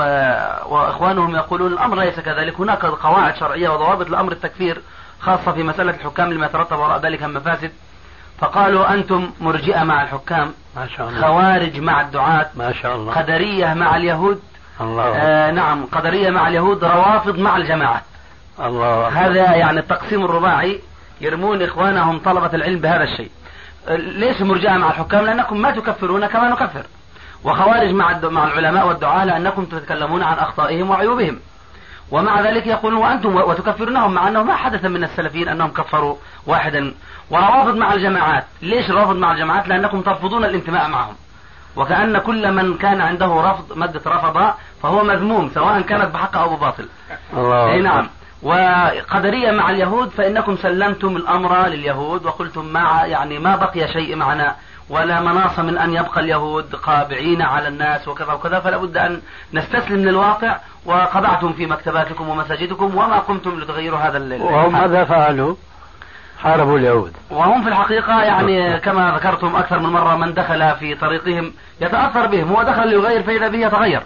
وإخوانهم يقولون الأمر ليس كذلك، هناك قواعد شرعية وضوابط لأمر التكفير خاصة في مسألة الحكام لما يترتب وراء ذلك من مفاسد. فقالوا أنتم مرجئة مع الحكام، ما شاء الله. خوارج مع الدعاة، ما شاء الله. قدرية مع اليهود. الله. نعم قدرية مع اليهود، روافض مع الجماعات. الله. هذا يعني التقسيم الرباعي، يرمون إخوانهم طلبة العلم بهذا الشيء. ليش مرجئة مع الحكام؟ لأنكم ما تكفرون كما نكفر، وخوارج مع العلماء والدعاة لأنكم تتكلمون عن أخطائهم وعيوبهم، ومع ذلك يقولون وأنتم وتكفرونهم مع أنه ما حدث من السلفيين أنهم كفروا واحدا. ورافض مع الجماعات، ليش رافض مع الجماعات؟ لأنكم ترفضون الانتماء معهم، وكأن كل من كان عنده رفض مادة رفض فهو مذموم سواء كانت بحق أو بباطل. الله. أي نعم. وقدرية مع اليهود فإنكم سلمتم الأمر لليهود وقلتم ما بقي شيء معنا ولا مناص من أن يبقى اليهود قابعين على الناس وكذا وكذا، فلا بد أن نستسلم للواقع، وقبعتم في مكتباتكم ومساجدكم وما قمتم لتغيروا هذا وهم ماذا فعلوا؟ حاربوا اليهود. وهم في الحقيقة يعني كما ذكرتم أكثر من مرة من دخل في طريقهم يتأثر بهم، هو دخل ليغير فإذا به يتغير.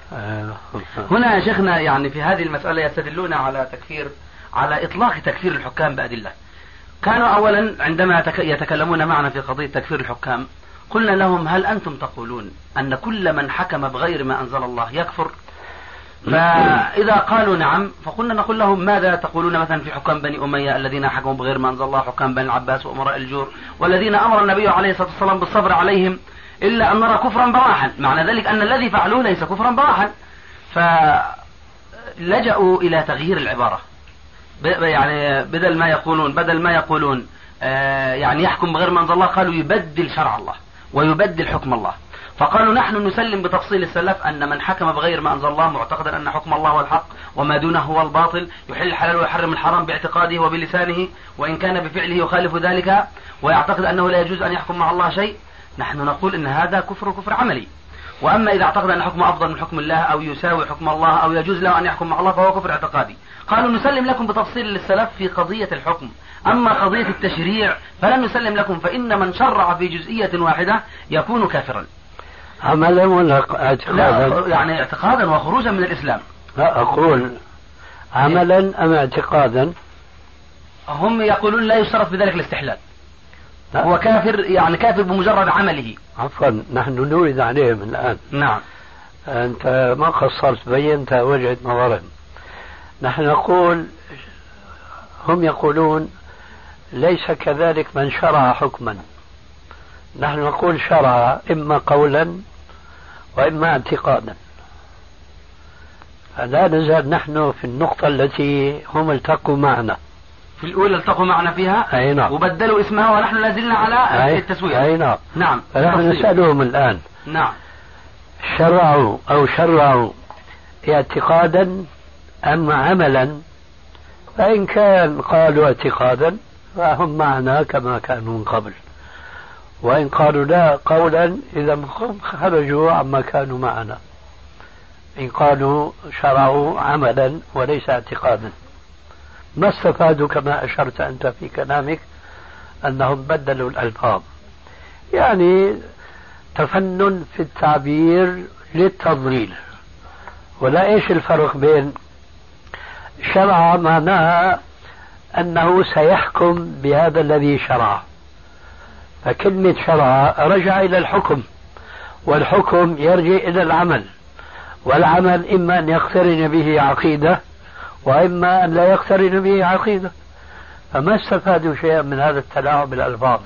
هنا يا شيخنا يعني في هذه المسألة يستدلون على إطلاق تكفير الحكام بأدلة. كانوا أولا عندما يتكلمون معنا في قضية تكفير الحكام قلنا لهم هل أنتم تقولون أن كل من حكم بغير ما أنزل الله يكفر؟ فإذا قالوا نعم فقلنا نقول لهم ماذا تقولون مثلا في حكام بني أمية الذين حكموا بغير ما أنزل الله، حكام بني العباس وأمراء الجور والذين أمر النبي عليه الصلاة والسلام بالصبر عليهم إلا أن نرى كفرا بواحا، معنى ذلك أن الذي فعلوه ليس كفرا بواحا. فلجأوا إلى تغيير العبارة، يعني بدل ما يقولون يعني يحكم بغير ما أنزل الله، قالوا يبدل شرع الله ويبدل حكم الله. فقالوا نحن نسلم بتفصيل السلف أن من حكم بغير ما أنزل الله معتقدا أن حكم الله هو الحق وما دونه هو الباطل، يحل الحلال ويحرم الحرام باعتقاده وبلسانه وإن كان بفعله يخالف ذلك، ويعتقد أنه لا يجوز أن يحكم مع الله شيء، نحن نقول إن هذا كفر عملي. وأما إذا اعتقد أن حكم أفضل من حكم الله أو يساوي حكم الله أو يجوز له أن يحكم مع الله فهو كفر اعتقادي. قالوا نسلم لكم بتفصيل للسلف في قضية الحكم، أما قضية التشريع فلن نسلم لكم، فإن من شرع في جزئية واحدة يكون كافرا. عملا ولا اعتقادا؟ يعني اعتقادا وخروجا من الإسلام. لا أقول عملا أم اعتقادا؟ هم يقولون لا يشترط بذلك الاستحلال، هو كافر يعني كافر بمجرد عمله. عفوا نحن نورد عليهم الآن. نعم. أنت ما قصرت، بينت وجهة نظرهم. نحن نقول هم يقولون ليس كذلك من شرع حكما، نحن نقول شرع إما قولا وإما اعتقادا. فلا نزال نحن في النقطة التي هم التقوا معنا. في الأولى التقوا معنا فيها. أي نعم. وبدلوا اسمها ونحن لازلنا على التسوية. أي نعم. نعم. فنحن نسألهم الآن. نعم. شرعوا اعتقادا أم عملا؟ فإن كان قالوا اعتقادا فهم معنا كما كانوا من قبل، وإن قالوا لا قولا إذا هم خرجوا عما كانوا معنا. إن قالوا شرعوا عملا وليس اعتقادا، ما استفادوا كما أشرت أنت في كلامك أنهم بدلوا الألفاظ، يعني تفنن في التعبير للتضليل. ولا إيش الفرق بين شرع معناها أنه سيحكم بهذا الذي شرع، فكلمة شرع رجع إلى الحكم، والحكم يرجع إلى العمل، والعمل إما أن يقترن به عقيدة وإما أن لا يقترن به عقيدة. فما استفادوا شيئا من هذا التلاعب بالألفاظ،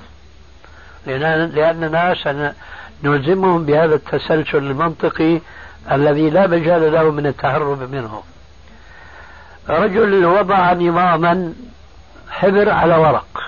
لأننا سنلزمهم بهذا التسلسل المنطقي الذي لا مجال له من التهرب منه. رجل وضع نظاما حبر على ورق،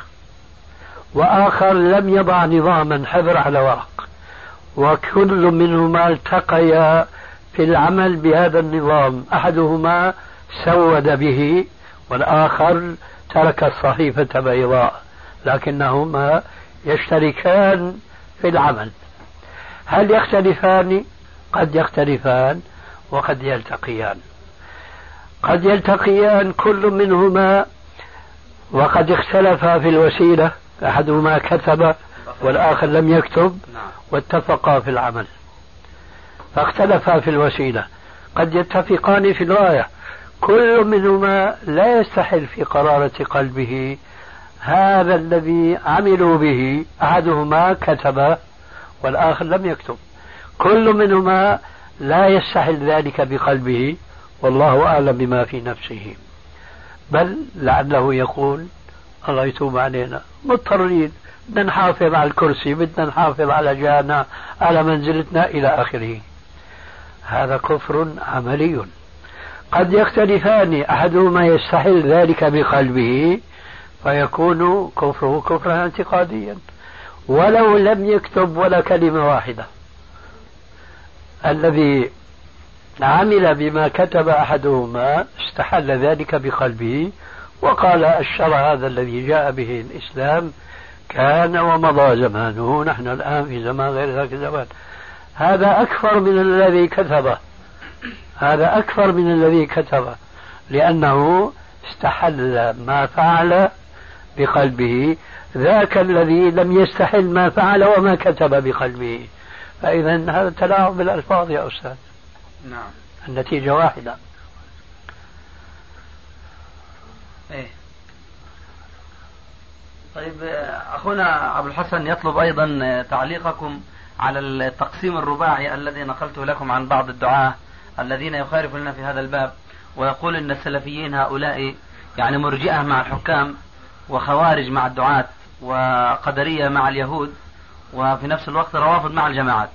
وآخر لم يضع نظاما حبر على ورق، وكل منهما التقيا في العمل بهذا النظام، أحدهما سود به والآخر ترك الصحيفة بيضاء، لكنهما يشتركان في العمل. هل يختلفان؟ قد يختلفان وقد يلتقيان. قد يلتقيان كل منهما وقد اختلفا في الوسيلة، أحدهما كتب والآخر لم يكتب، واتفقا في العمل فاختلفا في الوسيلة. قد يتفقان في الغاية، كل منهما لا يستحل في قرارة قلبه هذا الذي عملوا به، أحدهما كتب والآخر لم يكتب، كل منهما لا يستحل ذلك بقلبه، والله أعلم بما في نفسه، بل لعله يقول الله يتوب علينا، مضطرين، بدنا نحافظ على الكرسي، بدنا نحافظ على جانا، على منزلتنا إلى آخره. هذا كفر عملي. قد يختلفان، أحدهما يستحل ذلك بقلبه فيكون كفره كفرا اعتقاديا ولو لم يكتب ولا كلمة واحدة. الذي عمل بما كتب أحدهما استحل ذلك بقلبه وقال الشرع هذا الذي جاء به الإسلام كان ومضى زمانه، نحن الآن في زمان غير ذاك الزمان. هذا أكثر من الذي كتبه، هذا أكثر من الذي كتبه، لأنه استحل ما فعل بقلبه، ذاك الذي لم يستحل ما فعل وما كتب بقلبه. فإذا هذا تلاعب بالألفاظ يا أستاذ. نعم. النتيجة واحدة. إيه. طيب أخونا عبد الحسن يطلب أيضا تعليقكم على التقسيم الرباعي الذي نقلته لكم عن بعض الدعاة الذين يخالفون في هذا الباب، ويقول إن السلفيين هؤلاء يعني مرجئة مع الحكام وخوارج مع الدعاة وقدرية مع اليهود وفي نفس الوقت روافض مع الجماعات.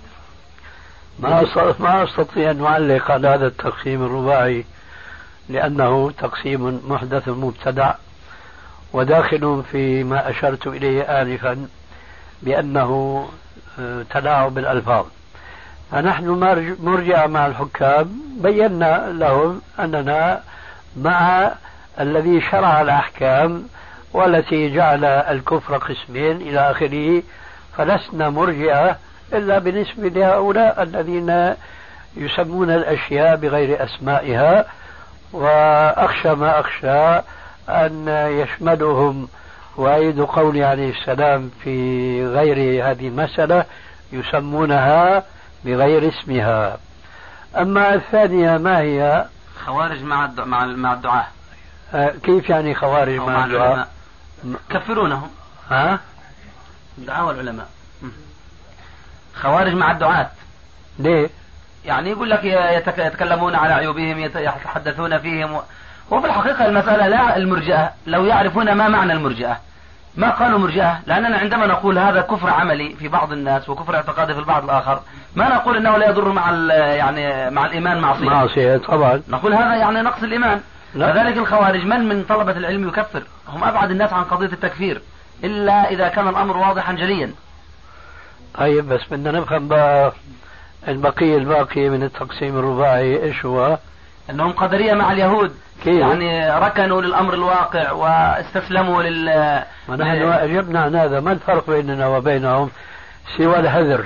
ما أستطيع أن أعلق على هذا التقسيم الرباعي لأنه تقسيم محدث مبتدع وداخل فيما أشرت إليه آنفا بأنه تلاعب بالألفاظ. فنحن مرجع مع الحكام بينا لهم أننا مع الذي شرع الأحكام والتي جعل الكفر قسمين إلى آخره، فلسنا مرجئة إلا بالنسبة لهؤلاء الذين يسمون الأشياء بغير أسمائها، وأخشى ما أخشى أن يشملهم وأيد قولي عليه السلام في غير هذه المسألة يسمونها بغير اسمها. أما الثانية ما هي؟ خوارج مع الدعاة. كيف يعني خوارج مع الدعاة؟ كفرونهم. ها؟ الدعاة والعلماء. خوارج مع الدعاة. ليه؟ يعني يقول لك يتكلمون على عيوبهم، يتحدثون فيهم، وفي الحقيقة المسألة لا المرجئة لو يعرفون ما معنى المرجئة ما قالوا مرجئة، لأننا عندما نقول هذا كفر عملي في بعض الناس وكفر اعتقادي في البعض الآخر ما نقول إنه لا يضر يعني مع الإيمان معصية طبعا، نقول هذا يعني نقص الإيمان. لا. كذلك الخوارج من طلبة العلم يكفر، هم أبعد الناس عن قضية التكفير إلا إذا كان الأمر واضحا جليا. طيب بس بدنا نفهم بقى الباقي من التقسيم الرباعي ايش هو؟ أنهم قدرية مع اليهود، كيف؟ يعني ركنوا للأمر الواقع واستسلموا ونحن أجبنا عن هذا. ما الفرق بيننا وبينهم سوى الهذر؟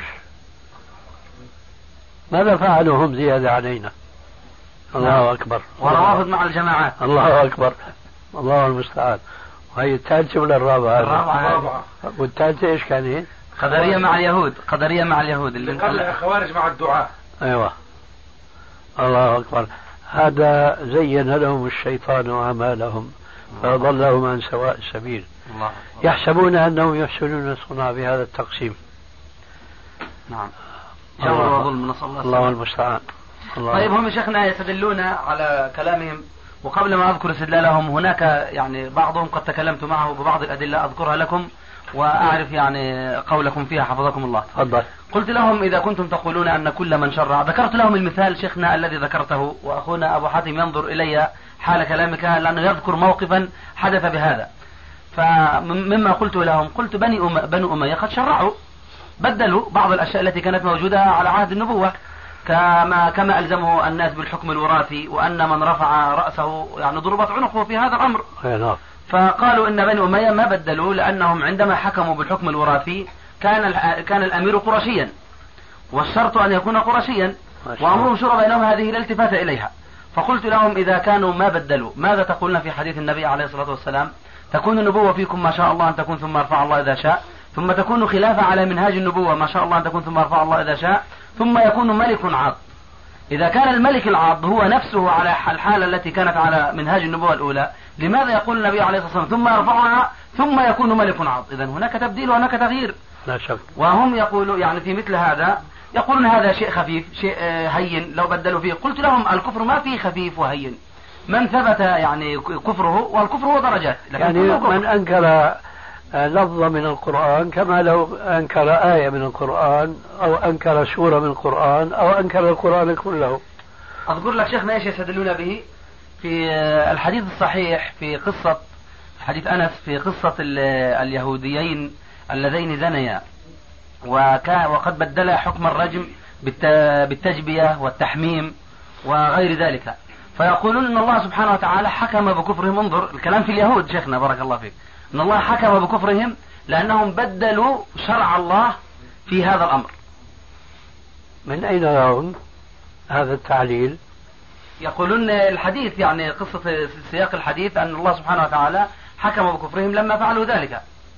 ماذا فعلوا هم زيادة علينا؟ الله أكبر. وروافض مع الجماعات. الله أكبر، الله المستعان. وهي الثالثة ولا الرابعة؟ الرابعة. والثالثة ايش كانت؟ قدرية مع اليهود، قدرية مع اليهود اللي قال خوارج مع الدعاء. ايوه الله اكبر. هذا زين لهم الشيطان اعمالهم فضلهم عن سواء السبيل. يحسبون انهم يحسنون صنعا بهذا التقسيم. نعم. جور وظلم، نسأل الله المستعان. طيب هم شيخنا يستدلون على كلامهم، وقبل ما اذكر استدلالهم هناك يعني بعضهم قد تكلمت معه ببعض الادله اذكرها لكم وأعرف يعني قولكم فيها حفظكم الله. تفضل. قلت لهم إذا كنتم تقولون أن كل من شرع، ذكرت لهم المثال شيخنا الذي ذكرته، وأخونا أبو حاتم ينظر إلي حال كلامك لأنه يذكر موقفا حدث بهذا. فمما قلت لهم قلت بنو أمية قد شرعوا، بدلوا بعض الأشياء التي كانت موجودة على عهد النبوة، كما ألزمه الناس بالحكم الوراثي، وأن من رفع رأسه يعني ضربت عنقه في هذا الأمر. فقالوا إن بني أمية ما بدلوا لأنهم عندما حكموا بالحكم الوراثي كان الأمير قرشيا، والشرط أن يكون قرشيا، وأمرهم شورى بينهم هذه لا التفات إليها. فقلت لهم إذا كانوا ما بدلوا ماذا تقولون في حديث النبي عليه الصلاة والسلام تكون النبوة فيكم ما شاء الله أن تكون ثم يرفع الله إذا شاء، ثم تكون خلافة على منهاج النبوة ما شاء الله أن تكون ثم يرفع الله إذا شاء، ثم يكون ملك عاض. إذا كان الملك العاض هو نفسه على الحالة التي كانت على منهاج النبوة الأولى، لماذا يقول النبي عليه الصلاة والسلام ثم يرفعها ثم يكون ملك عاض؟ إذن هناك تبديل وهناك تغيير. لا شك. وهم يقولوا يعني في مثل هذا يقولون هذا شيء خفيف شيء هين لو بدلوا فيه. قلت لهم الكفر ما فيه خفيف وهين، من ثبت يعني كفره، والكفر هو درجات. يعني من أنكر لفظة من القرآن كما لو أنكر آية من القرآن أو أنكر سورة من القرآن أو أنكر القرآن كله. أذكر لك شيخنا ايش يستدلون به في الحديث الصحيح في قصة حديث أنس في قصة اليهوديين اللذين زنيا وقد بدلا حكم الرجم بالتجبية والتحميم وغير ذلك، فيقولون ان الله سبحانه وتعالى حكم بكفرهم. انظر الكلام في اليهود شيخنا بارك الله فيك، ان الله حكم بكفرهم لانهم بدلوا شرع الله في هذا الامر. من اين لهم هذا التعليل؟ يقولون الحديث يعني قصة سياق الحديث ان الله سبحانه وتعالى حكم بكفرهم لما فعلوا ذلك.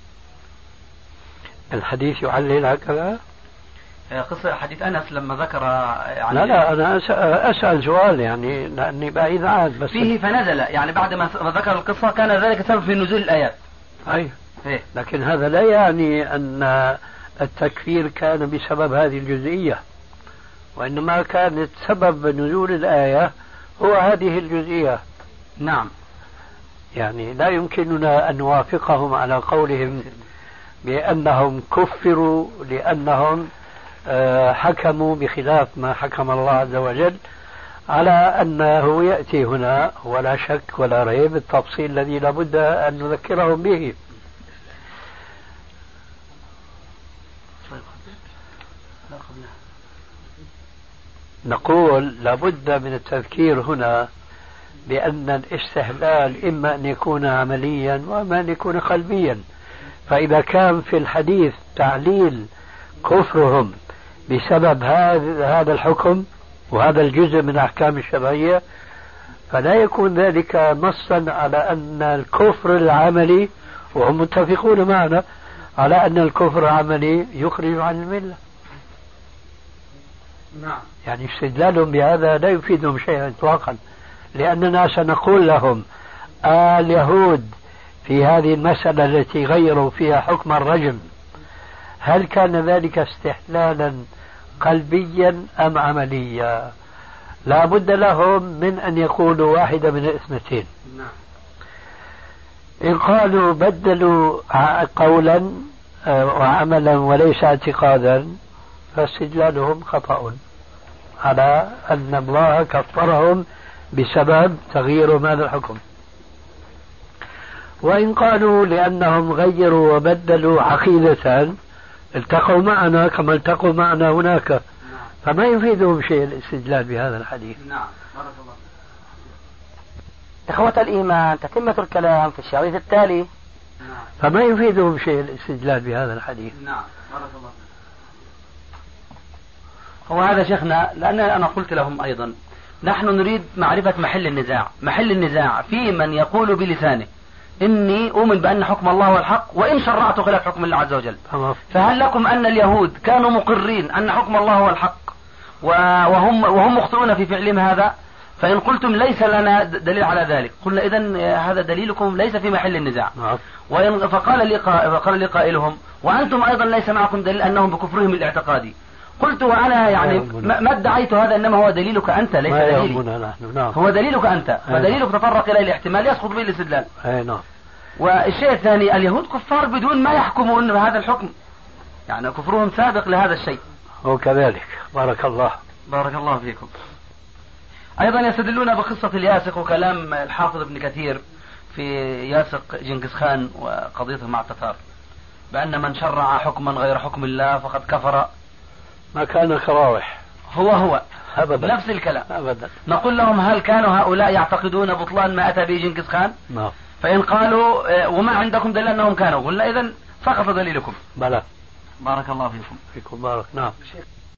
الحديث يعلل هكذا؟ قصة حديث أنس لما ذكر يعني لا أنا أسأل سؤال يعني لأني بعيد عنه بس فيه فنزل يعني بعد ما ذكر القصة كان ذلك سبب في نزول الآيات. أي لكن هذا لا يعني أن التكفير كان بسبب هذه الجزئية، وإنما كانت سبب نزول الآية هو هذه الجزئية. نعم. يعني لا يمكننا أن نوافقهم على قولهم بأنهم كفروا لأنهم حكموا بخلاف ما حكم الله عز وجل، على أنه يأتي هنا ولا شك ولا ريب التفصيل الذي لابد أن نذكرهم به. نقول لابد من التذكير هنا بأن الاستهلال إما أن يكون عمليا وإما أن يكون قلبيا. فإذا كان في الحديث تعليل كفرهم بسبب هذا الحكم وهذا الجزء من الأحكام الشرعية، فلا يكون ذلك نصا على أن الكفر العملي، وهم متفقون معنا على أن الكفر العملي يخرج عن الملة. نعم. يعني استدلالهم بهذا لا يفيدهم شيئا إطلاقا، لأننا سنقول لهم اليهود في هذه المسألة التي غيروا فيها حكم الرجم هل كان ذلك استحلالا قلبيا أم عمليا؟ لا بد لهم من أن يقولوا واحدة من الاثنتين. إن قالوا بدلوا قولا وعملا وليس اعتقادا فاستدلالهم خطأ على أن الله كفرهم بسبب تغيير هذا الحكم. وإن قالوا لأنهم غيروا وبدلوا عقيدة التقوا معنا كما التقوا معنا هناك، فما يفيدهم شيء الاستدلال بهذا الحديث. نعم. بارك الله. إخوة الإيمان، تتمة الكلام في الشريط التالي. فما يفيدهم شيء الاستدلال بهذا الحديث. نعم. بارك الله. هو هذا شيخنا، لأن أنا قلت لهم أيضا نحن نريد معرفة محل النزاع. محل النزاع في من يقول بلسانه إني أؤمن بأن حكم الله هو الحق وإن شرعت خلاف حكم الله عز وجل. فهل لكم أن اليهود كانوا مقرين أن حكم الله هو الحق وهم مخطئون في فعلهم هذا؟ فإن قلتم ليس لنا دليل على ذلك قلنا إذن هذا دليلكم ليس في محل النزاع. فقال لي قائلهم وأنتم أيضا ليس معكم دليل أنهم بكفرهم الاعتقادي. قلت وأنا يعني ما ادعيت هذا، إنما هو دليلك أنت ليس دليلي. هو دليلك أنت، فدليلك تطرق إلى الاحتمال يسقط به الاستدلال. والشيء الثاني اليهود كفار بدون ما يحكمون بهذا الحكم، يعني كفرهم سابق لهذا الشيء. وكذلك بارك الله. بارك الله فيكم. أيضا يستدلون بقصة الياسق وكلام الحافظ ابن كثير في ياسق جنكيز خان وقضيته مع التتار بأن من شرع حكما غير حكم الله فقد كفر. ما كان كراوح. هو أبدا. نفس الكلام أبدا. نقول لهم هل كانوا هؤلاء يعتقدون بطلان ما أتى به جنكيز خان؟ نعم. فإن قالوا وما عندكم دليل أنهم كانوا، قلنا إذن سقط دليلكم. بلى. بارك الله فيكم. فيكم بارك. نعم.